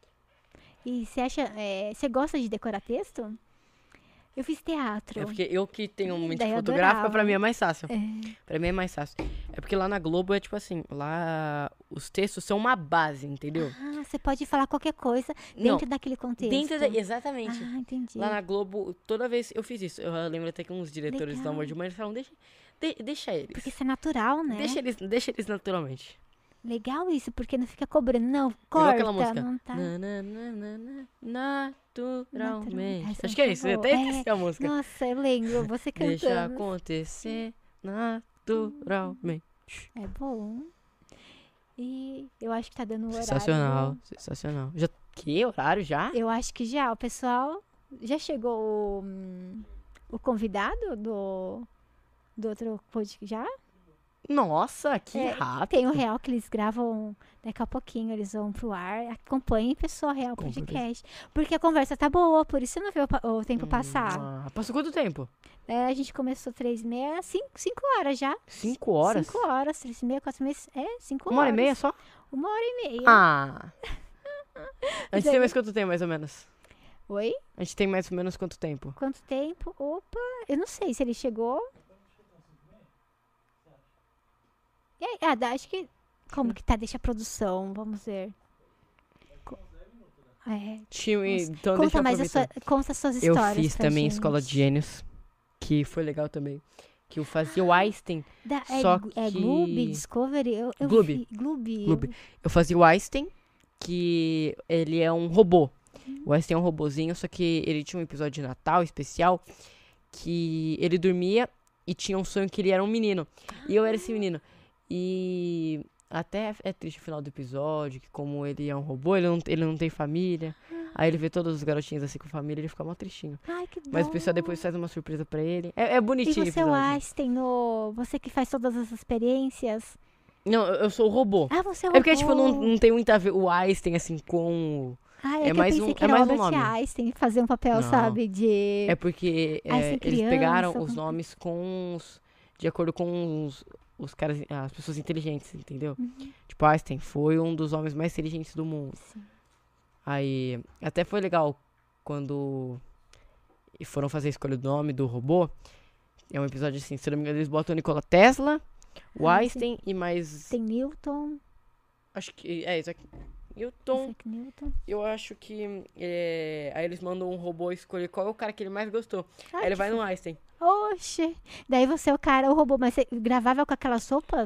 E você acha, é, você gosta de decorar texto? Eu fiz teatro. É porque eu que tenho mente Daí eu fotográfica, adorava. pra mim é mais fácil. É. Pra mim é mais fácil. É porque lá na Globo é tipo assim, lá os textos são uma base, entendeu? Ah, você pode falar qualquer coisa Não, dentro daquele contexto. dentro da, exatamente. Ah, entendi. Lá na Globo, toda vez eu fiz isso. Eu lembro até que uns diretores Legal. do Amor de Mãe eles falam, deixa, de- deixa eles. Porque isso é natural, né? Deixa eles, deixa eles naturalmente. Legal isso, porque não fica cobrando. Não, Igual corta, aquela música. não tá. Na, na, na, na, na, naturalmente. Essa Acho que é muito isso, eu boa. até É, esqueci a música. Nossa, eu lembro, você Deixa cantando. acontecer naturalmente. É bom. E eu acho que tá dando um horário. Sensacional, sensacional. Já, que horário já? Eu acho que já, o pessoal... Já chegou o, hum, o convidado do, do outro podcast? Já? Nossa, que É, rápido. Tem o Real que eles gravam daqui a pouquinho, eles vão pro ar. Acompanhem, pessoal, Real Com Podcast. Porque a conversa tá boa, por isso você não vê o, pa- o tempo passar. Ah, passou quanto tempo? É, a gente começou três e meia, cinco, cinco horas já. Cinco horas? Cinco horas, três e meia, quatro e meia, é, cinco Uma hora horas. e meia só? Uma hora e meia. Ah. A gente Daí- tem mais quanto tempo, mais ou menos? Oi? A gente tem mais ou menos quanto tempo? Quanto tempo? Opa, eu não sei se ele chegou. E aí, ah, dá- acho que... Como que tá? Deixa a produção, vamos ver. Co- É, Time, então deixa conta eu mais a aproveitar. sua, conta as suas Eu histórias fiz pra também gente. Escola de Gênios, que foi legal também. Que eu fazia o Einstein. Da, é, só Gu- é que- Gloob, Discovery? Eu, eu Gloob. vi- Gloob. Gloob. Eu fazia o Einstein, que ele é um robô. O Einstein é um robozinho, só que ele tinha um episódio de Natal especial que ele dormia e tinha um sonho que ele era um menino. E eu era esse menino. E até é triste o final do episódio, que como ele é um robô, ele não, ele não tem família. Aí ele vê todos os garotinhos assim com família, ele fica mó tristinho. Ai, que Mas o dó. pessoal depois faz uma surpresa pra ele. É, é E bonitinho o você é o episódio. Einstein, no... você que faz todas as experiências? Não, eu, eu sou o robô. Ah, você é o É porque, tipo, não, robô. não tem muito a ver o Einstein, assim, com... o- Ah, é, é que mais eu pensei um- que é era mais um Albert nome. Einstein fazer um papel, Não. sabe, de... É porque é, Einstein eles criança, pegaram os alguma nomes com os... De acordo com os, os caras, as pessoas inteligentes, entendeu? Uhum. Tipo, Einstein foi um dos homens mais inteligentes do mundo. Sim. Aí, até foi legal quando e foram fazer a escolha do nome do robô, é um episódio assim, se eu não me engano, eles botam o Nikola Tesla, o Ah, Einstein e mais... Tem Newton, Acho que... É, Isaac Newton. Isaac Newton. Eu acho que... É, aí eles mandam um robô escolher qual é o cara que ele mais gostou. Ai, aí ele que vai fo- no Einstein. Oxe! Daí você é o cara, o robô, mas você gravava com aquelas roupas,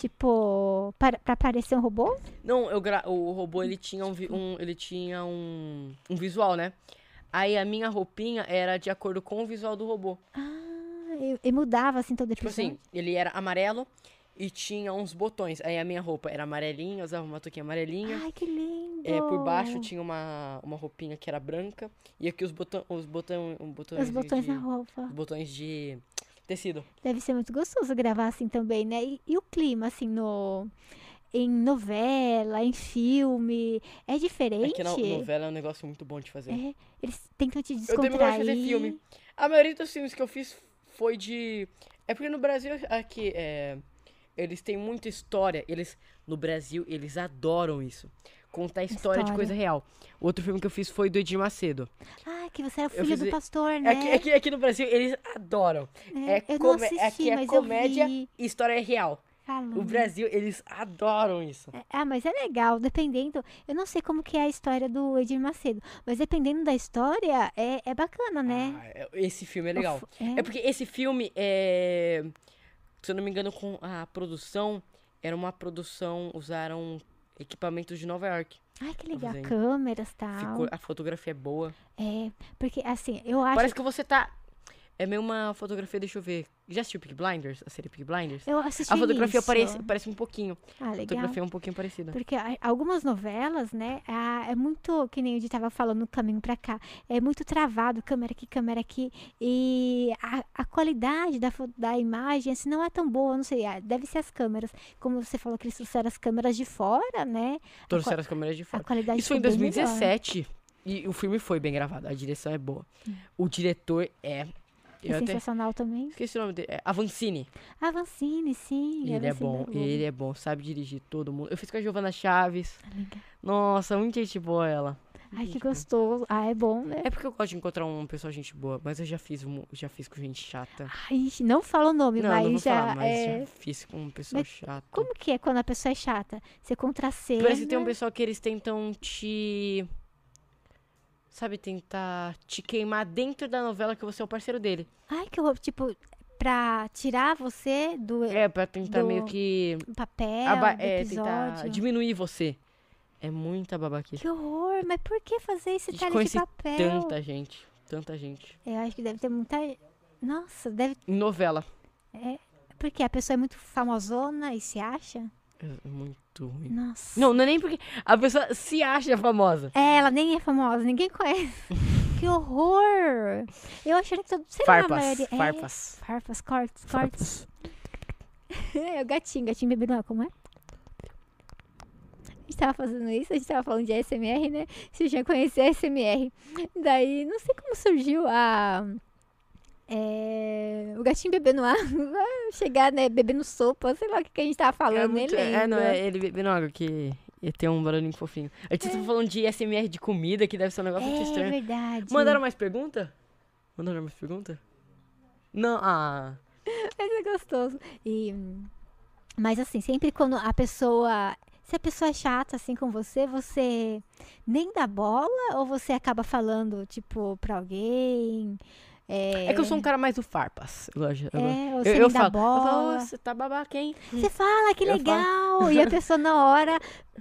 tipo, para, pra parecer um robô? Não, eu gra... o robô ele tinha um, vi- um- ele tinha um, um visual, né? Aí a minha roupinha era de acordo com o visual do robô. Ah, e, e mudava assim todo Tipo episódio? assim, ele era amarelo e tinha uns botões. Aí a minha roupa era amarelinha, eu usava uma touquinha amarelinha. Ai, que lindo! É, por baixo tinha uma, uma roupinha que era branca. E aqui os, botão, os botão, um botões Os botões de, na roupa. os botões de tecido. Deve ser muito gostoso gravar assim também, né? E, e o clima, assim, no... Em novela, em filme, é É diferente? que na novela é um negócio muito bom de fazer. É, eles tentam te Eu descontrair. também gosto de fazer filme. A maioria dos filmes que eu fiz foi de... É porque no Brasil, aqui, é... Eles têm muita história. Eles, no Brasil, eles adoram isso. Contar história, de História. coisa real. Outro filme que eu fiz foi do Edir Macedo. Ah, que você era Eu filho fiz- do pastor, né? Aqui, aqui, aqui no Brasil, eles adoram. É, eu não come- assisti, aqui é mas comédia eu vi e história real. falando. No Brasil, eles adoram isso. É, Ah, mas é legal, dependendo. Eu não sei como que é a história do Edir Macedo, mas dependendo da história, é, é bacana, né? Ah, é- esse filme é legal. O f- é. É porque esse filme é... Se eu não me engano, com a produção, era uma produção, usaram equipamentos de Nova York. Ai, que legal. fazer. Câmeras e tal. Ficou, a fotografia é boa. É, porque assim, eu acho. Parece que você tá... É meio uma fotografia, deixa eu ver. Já assistiu Peaky Blinders? A série Peaky Blinders? Eu assisti A fotografia isso. parece, parece um pouquinho. Ah, A legal. fotografia é um pouquinho parecida. Porque a- algumas novelas, né, ah, é muito, que nem o Di tava falando no caminho pra cá, é muito travado, câmera aqui, câmera aqui, e a, a qualidade da, fo- da imagem, assim, não é tão boa, não sei, ah, deve ser as câmeras, como você falou que eles trouxeram as câmeras de fora, né, Trouxeram as câmeras de a fora. qualidade Isso foi em ficou dois bem mil e melhor. dezessete. E o filme foi bem gravado. A direção é boa. O diretor é... É Eu até sensacional também. esqueci o nome dele. É Avancini. Avancini, sim. Ele é Avancini bom. da Globo. Ele é bom. Sabe dirigir todo mundo. Eu fiz com a Giovana Chaves. Ah, legal. Nossa, muito gente boa ela. Ai, que Gente boa. gostoso. Ah, é bom, né? É porque eu gosto de encontrar uma pessoa gente boa. Mas eu já fiz, um- já fiz com gente chata. Ai, não fala o nome, Não, mas não vou já falar, mas é... já fiz com uma pessoa Mas chata. Como que é quando a pessoa é chata? Você contracena... Parece que tem um pessoal que eles tentam te... Sabe, tentar te queimar dentro da novela que você é o parceiro dele. Ai, que horror. Tipo, pra tirar você do É, pra tentar do meio que... papel, aba- do é, tentar episódio. diminuir você. É muita babaquice. Que horror. Mas por que fazer esse A gente talho de conhece papel? tanta gente. Tanta gente. Eu acho que deve ter muita... Nossa, deve... Em novela. É... Porque a pessoa é muito famosona e se acha? É muito ruim. Nossa. Não, não é nem porque a pessoa se acha famosa. É, ela nem é famosa, ninguém conhece. Que horror. Eu achando que todo... Sei lá, a Farpas. maioria... É, Farpas. farpas, cortes, cortes. Farpas. É o gatinho, gatinho bebendo água, como é? A gente tava fazendo isso, a gente tava falando de A S M R, né? Você já conhecia A S M R. Daí, não sei como surgiu a... é, o gatinho bebendo água, chegar, né, bebendo sopa, sei lá o que, que a gente tava falando, É, nem muito, é, não, lembro. é ele bebendo água que ia ter um barulhinho fofinho. A gente tá falando de A S M R de comida, que deve ser um negócio muito É estranho. verdade. Mandaram mais pergunta? Mandaram mais pergunta? Não, ah... Mas é gostoso. E, mas assim, sempre quando a pessoa... Se a pessoa é chata assim com você, você nem dá bola ou você acaba falando, tipo, pra alguém? É, É que eu sou um cara mais do farpas. Eu, gosto- eu, gosto. É, ou eu, você eu nem dá falo, eu bola. falo, "Ô, você tá babaca, hein? Você fala, que Eu legal! E a pessoa na hora,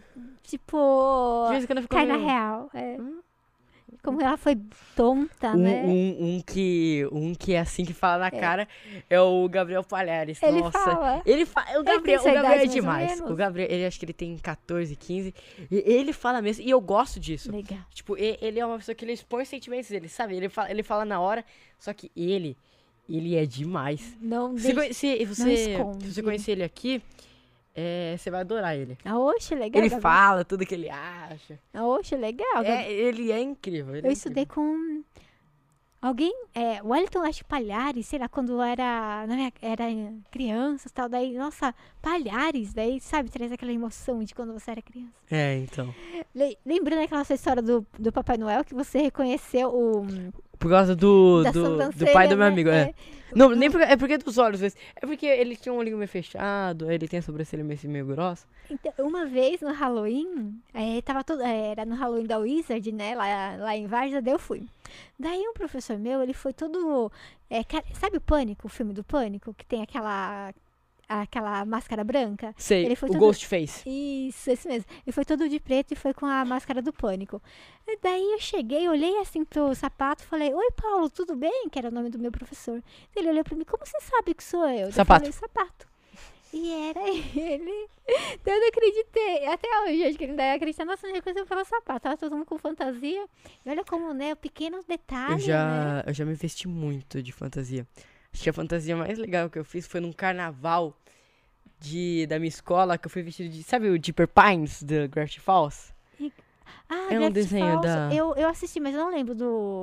tipo, De vez em quando eu fico cai na meio- real. É. Hum. Como ela foi tonta, Um, né? um, um que, um que é assim que fala na cara é o Gabriel Palhares. Ele Nossa. fala. Ele fa... O Gabriel, tem o sua Gabriel idade, é mais ou demais. menos? O Gabriel, ele acho que ele tem catorze, quinze. E ele fala mesmo. E eu gosto disso. Legal. Tipo, e- ele é uma pessoa que ele expõe os sentimentos dele, sabe? Ele fala, ele fala na hora, só que ele, ele é demais. Não Se, deixa... conhe- se você, esconde. se você conhecer ele aqui, é, você vai adorar ele. Ah, oxe, legal. Ele Gabriel. fala tudo que ele acha. Ah, oxe, legal. Gabriel. É, ele é incrível. ele é Eu estudei com alguém, é, Wellington, acho que Palhares, sei lá, quando eu era, na minha- era criança e tal, daí, nossa, Palhares, daí, sabe, traz aquela emoção de quando você era criança. É, então. Le- lembrando aquela sua história do, do Papai Noel, que você reconheceu o, Por causa do, Da do, do sobrancelha, pai do meu né? amigo, é. É. Não, nem porque, é porque dos olhos, mas é porque ele tinha um olhinho meio fechado, aí ele tem a sobrancelha meio, assim, meio grossa. Então, uma vez no Halloween, é, tava tudo, é, era no Halloween da Wizard, né? Lá, lá em Várzea, daí eu fui. Daí um professor meu, ele foi todo. É, ca- sabe o Pânico, o filme do Pânico? Que tem aquela. Aquela máscara branca? Sei, Ele foi o todo- Ghostface. Isso, esse mesmo. Ele foi todo de preto e foi com a máscara do Pânico. E daí eu cheguei, olhei assim pro sapato e falei: Oi, Paulo, tudo bem? Que era o nome do meu professor. Ele olhou pra mim: Como você sabe que sou eu? Daí Sapato. Eu falei: Sapato. E era ele. Então eu não acreditei. Até hoje, acho que ele ainda ia acreditar. Nossa, não reconheceu pelo sapato. Tava todo mundo com fantasia. E olha como, né? Pequenos Eu detalhes, né? já, eu já me vesti muito de fantasia. Acho que a fantasia mais legal que eu fiz foi num carnaval de, da minha escola, que eu fui vestido de... Sabe o Deeper Pines, do Gravity Falls? Ah, É um Gravity desenho Falls, da- Eu, eu assisti, mas eu não lembro do...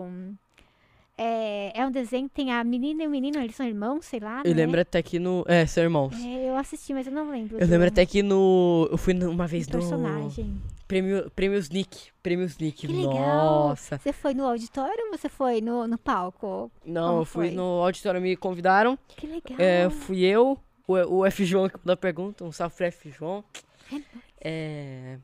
É, é um desenho que tem a menina e o menino, eles são irmãos, sei lá, Eu não lembro até que no... É, são irmãos. é? É, eu assisti, mas eu não lembro Eu do, lembro até que no... Eu fui uma vez do no... personagem. Prêmio, Prêmios Nick. Prêmios Nick. Que legal! Nossa. Você foi no auditório ou você foi no, no palco? Não, Como eu fui foi? no auditório, me convidaram. Que legal! É, fui eu, o, o F. João que mandou a pergunta, um salve pro F. João. É,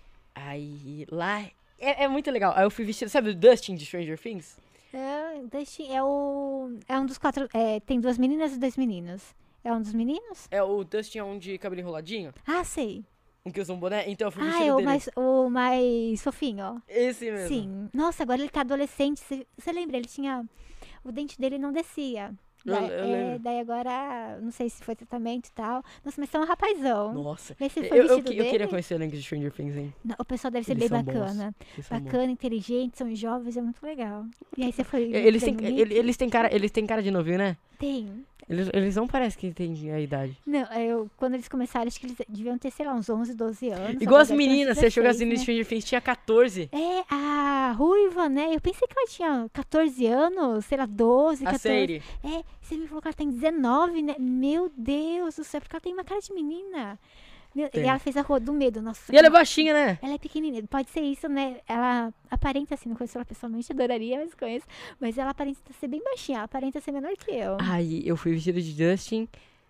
aí lá é, é muito legal. Aí eu fui vestido, sabe o Dustin de Stranger Things? É, Dustin é o. É um dos quatro. É, tem duas meninas e dois meninos. É um dos meninos? É, o Dustin é um de cabelo enroladinho, Ah, sei. um que usa um boné, então eu fui Ah, vestido é o dele. mais, o mais fofinho, ó. Esse mesmo. Sim. Nossa, agora ele tá adolescente. Você você lembra? Ele tinha. O dente dele não descia. Eu- Daí, eu é, lembro. daí agora, não sei se foi tratamento e tal. Nossa, mas você é um rapazão. Nossa. Mas você Eu, foi eu, vestido que- eu dele? queria conhecer o elenco de Stranger Things, hein? Não, o pessoal deve ser Eles bem são bons. bacana. Eles são bons. Bacana, inteligente, são jovens, é muito legal. E aí você foi. Eles ver têm, no ele- Nick? eles têm cara, eles têm cara de novinho, né? Tem. Eles, eles não parecem que têm a idade. Não, eu, quando eles começaram, acho que eles deviam ter, sei lá, uns onze, doze anos. Igual agora as deve ter uns meninas, você achou que as dezesseis, meninas de né? Stranger Things tinha quatorze. É, a Ruiva, né? Eu pensei que ela tinha catorze anos, sei lá, doze, A catorze. Sadie. É, você me falou que ela tem dezenove, né? Meu Deus do céu, porque ela tem uma cara de menina. Meu, e Tem. ela fez a rua do medo, nossa. E ela é como- baixinha, né? Ela é pequenininha, pode ser isso, né? Ela aparenta assim, não conheço ela pessoalmente, adoraria, mas conheço. Mas ela aparenta ser bem baixinha, ela aparenta ser menor que eu. Aí eu fui vestido de Dustin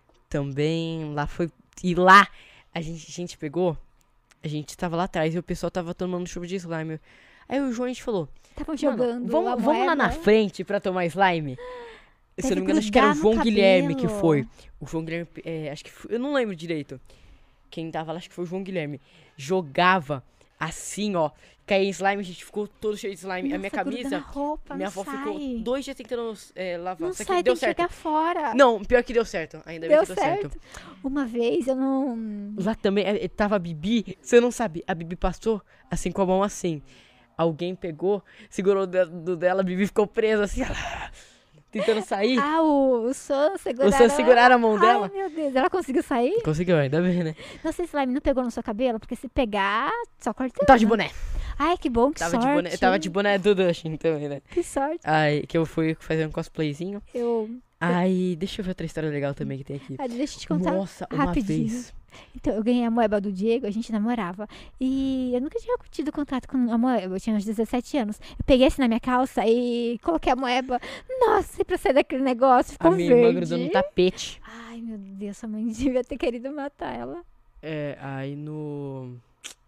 também. Lá foi. E lá a gente, a gente pegou. A gente tava lá atrás e o pessoal tava tomando chuva de slime. Aí o João a gente falou: Estavam "Mano, jogando. vamos, a vamos lá na moeda. frente pra tomar slime?" Se eu Deve não me engano, acho que era o grudar no João Guilherme que cabelo. foi. O João Guilherme, é, acho que foi, eu não lembro direito. Quem tava lá, acho que foi o João Guilherme. Jogava assim, ó. Caía em slime, a gente ficou todo cheio de slime. a minha Nossa, gruda camisa, na roupa, minha não avó sai. ficou dois dias tentando é, lavar. Não Só que sai, deu tem certo. que jogar fora. Não, pior que deu certo. Ainda bem Deu que deu certo. certo. Uma vez eu não. Lá também é, é, tava a Bibi. Você não sabe, a Bibi passou assim com a mão assim. Alguém pegou, segurou o dedo dela, a Bibi ficou presa assim, tentando sair. Ah, o, o Sam Os seguraram. seus seguraram a mão dela. Ai, meu Deus, ela conseguiu sair? Conseguiu, ainda bem, né? Nossa, esse slime não pegou no seu cabelo? Porque se pegar, só corta. Tava de boné. Ai, que bom, que Tava sorte. de boné, tava de boné do Dustin também, né? Que sorte. Aí, que eu fui fazer um cosplayzinho. Eu. Aí, deixa eu ver outra história legal também que tem aqui. Ah, deixa eu te contar. Nossa, uma rapidinho. vez. Então, eu ganhei a moeba do Diego, a gente namorava. E eu nunca tinha tido contato com a moeba, eu tinha uns dezessete anos. Eu peguei assim na minha calça e coloquei a moeba. Nossa, e pra sair daquele negócio, ficou A minha irmã verde. grudou no tapete. Ai, meu Deus, sua mãe devia ter querido matar ela. É, aí no.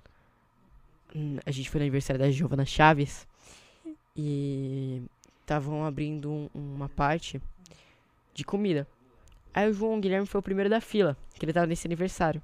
Hum, A gente foi no aniversário da Giovana Chaves. E estavam abrindo um- uma parte de comida. Aí o João Guilherme foi o primeiro da fila, que ele tava nesse aniversário.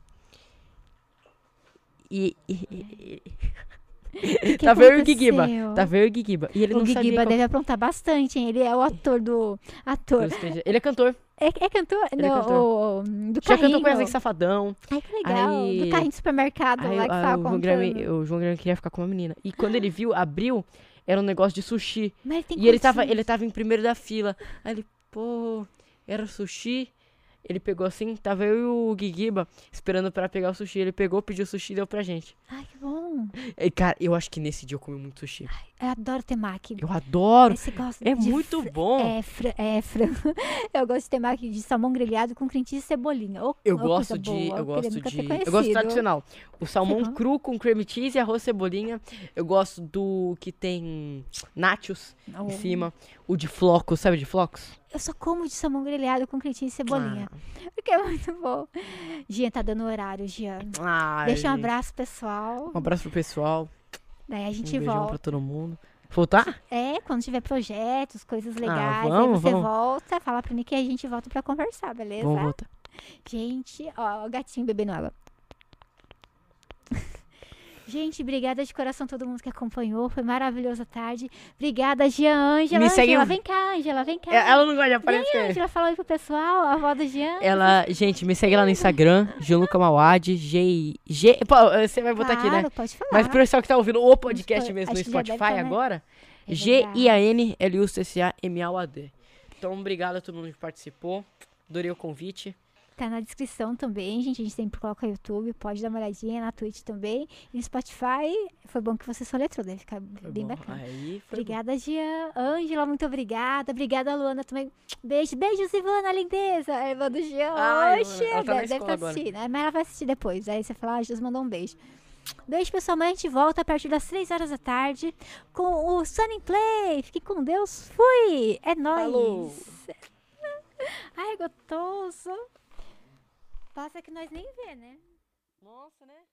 E. e, e- Que que tava eu e o Guiguiba. aconteceu? Tava eu e o Guiguiba. E ele O não sabia Guiguiba qual- deve aprontar bastante, hein? Ele é o ator do... Ator. Ele é cantor. É, é cantor? Ele é Não, cantor. o- do Já carrinho. cantou com Wesley Safadão. Ai, que legal. Aí- Do carrinho de supermercado Aí, lá que aí tava o, João contando. Guilherme, o João Guilherme queria ficar com uma menina. E quando ele viu, abriu, era um negócio de sushi. Mas ele tem E ele tava, quantos ele tava em primeiro da fila. Aí ele, pô, era sushi. Ele pegou assim, tava eu e o Guiguiba esperando pra pegar o sushi. Ele pegou, pediu sushi e deu pra gente. Ai, que bom. bom. E, cara, eu acho que nesse dia eu comi muito sushi. Eu adoro temaki. Eu adoro. Esse gosto É de muito fr- bom. É, fr- é frango. Eu gosto de temaki de salmão grelhado com cream cheese e cebolinha. Ô, Eu ô, gosto coisa de. boa. Eu queria gosto nunca ter de. Eu gosto conhecido. tradicional. O salmão Você come? cru com cream cheese e arroz cebolinha. Eu gosto do que tem nachos Oh. em cima. O de flocos, sabe de flocos? Eu só como de salmão grelhado com cream cheese e cebolinha. Ah. Porque é muito bom. Gian, tá dando horário, Gian. Ai, Deixa um gente. abraço, pessoal. Um abraço pro pessoal. Daí a Um gente beijão pra volta. todo mundo. Voltar? É, quando tiver projetos, coisas legais, vamos, aí você vamos. volta, fala pra mim que a gente volta pra conversar, beleza? Vamos voltar. Gente, ó, o gatinho bebendo água. Gente, obrigada de coração a todo mundo que acompanhou. Foi maravilhosa a tarde. Obrigada, Jean Ângela. Me segue Ângela, no- vem cá, Ângela, vem cá. É, Ela não gosta de Vem, aparecer. Ângela, fala aí pro pessoal, a avó do Jean. Ela, gente, me segue lá no Instagram, Gianluca Mawad, G, G, pô, você vai botar aqui, né? Claro, pode falar. Mas pro pessoal que tá ouvindo o podcast Acho mesmo no que já deve Spotify tá, né? agora, É G I A N L U C C A M A U A D. Então, obrigado a todo mundo que participou. Adorei o convite. Tá na descrição também, gente. A gente sempre coloca no YouTube, pode dar uma olhadinha, na Twitch também. E no Spotify, foi bom que você soletrou, deve ficar Foi bem bom. bacana. Aí foi bom. Obrigada, Jean. Ângela, muito obrigada. Obrigada, Luana, também. Beijo, beijos, Ivana, lindeza. A irmã do Jean. Ai, Oxe, Luana, ela tá na deve deve escola estar agora. assistindo, né? Mas ela vai assistir depois. Aí você fala, ah, Jesus mandou um beijo. Beijo, pessoal. Amanhã a gente volta a partir das três horas da tarde com o Sunny Play. Fique com Deus. Fui. É nóis. Falou. Ai, gostoso. Passa que nós nem vê, né? Nossa, né?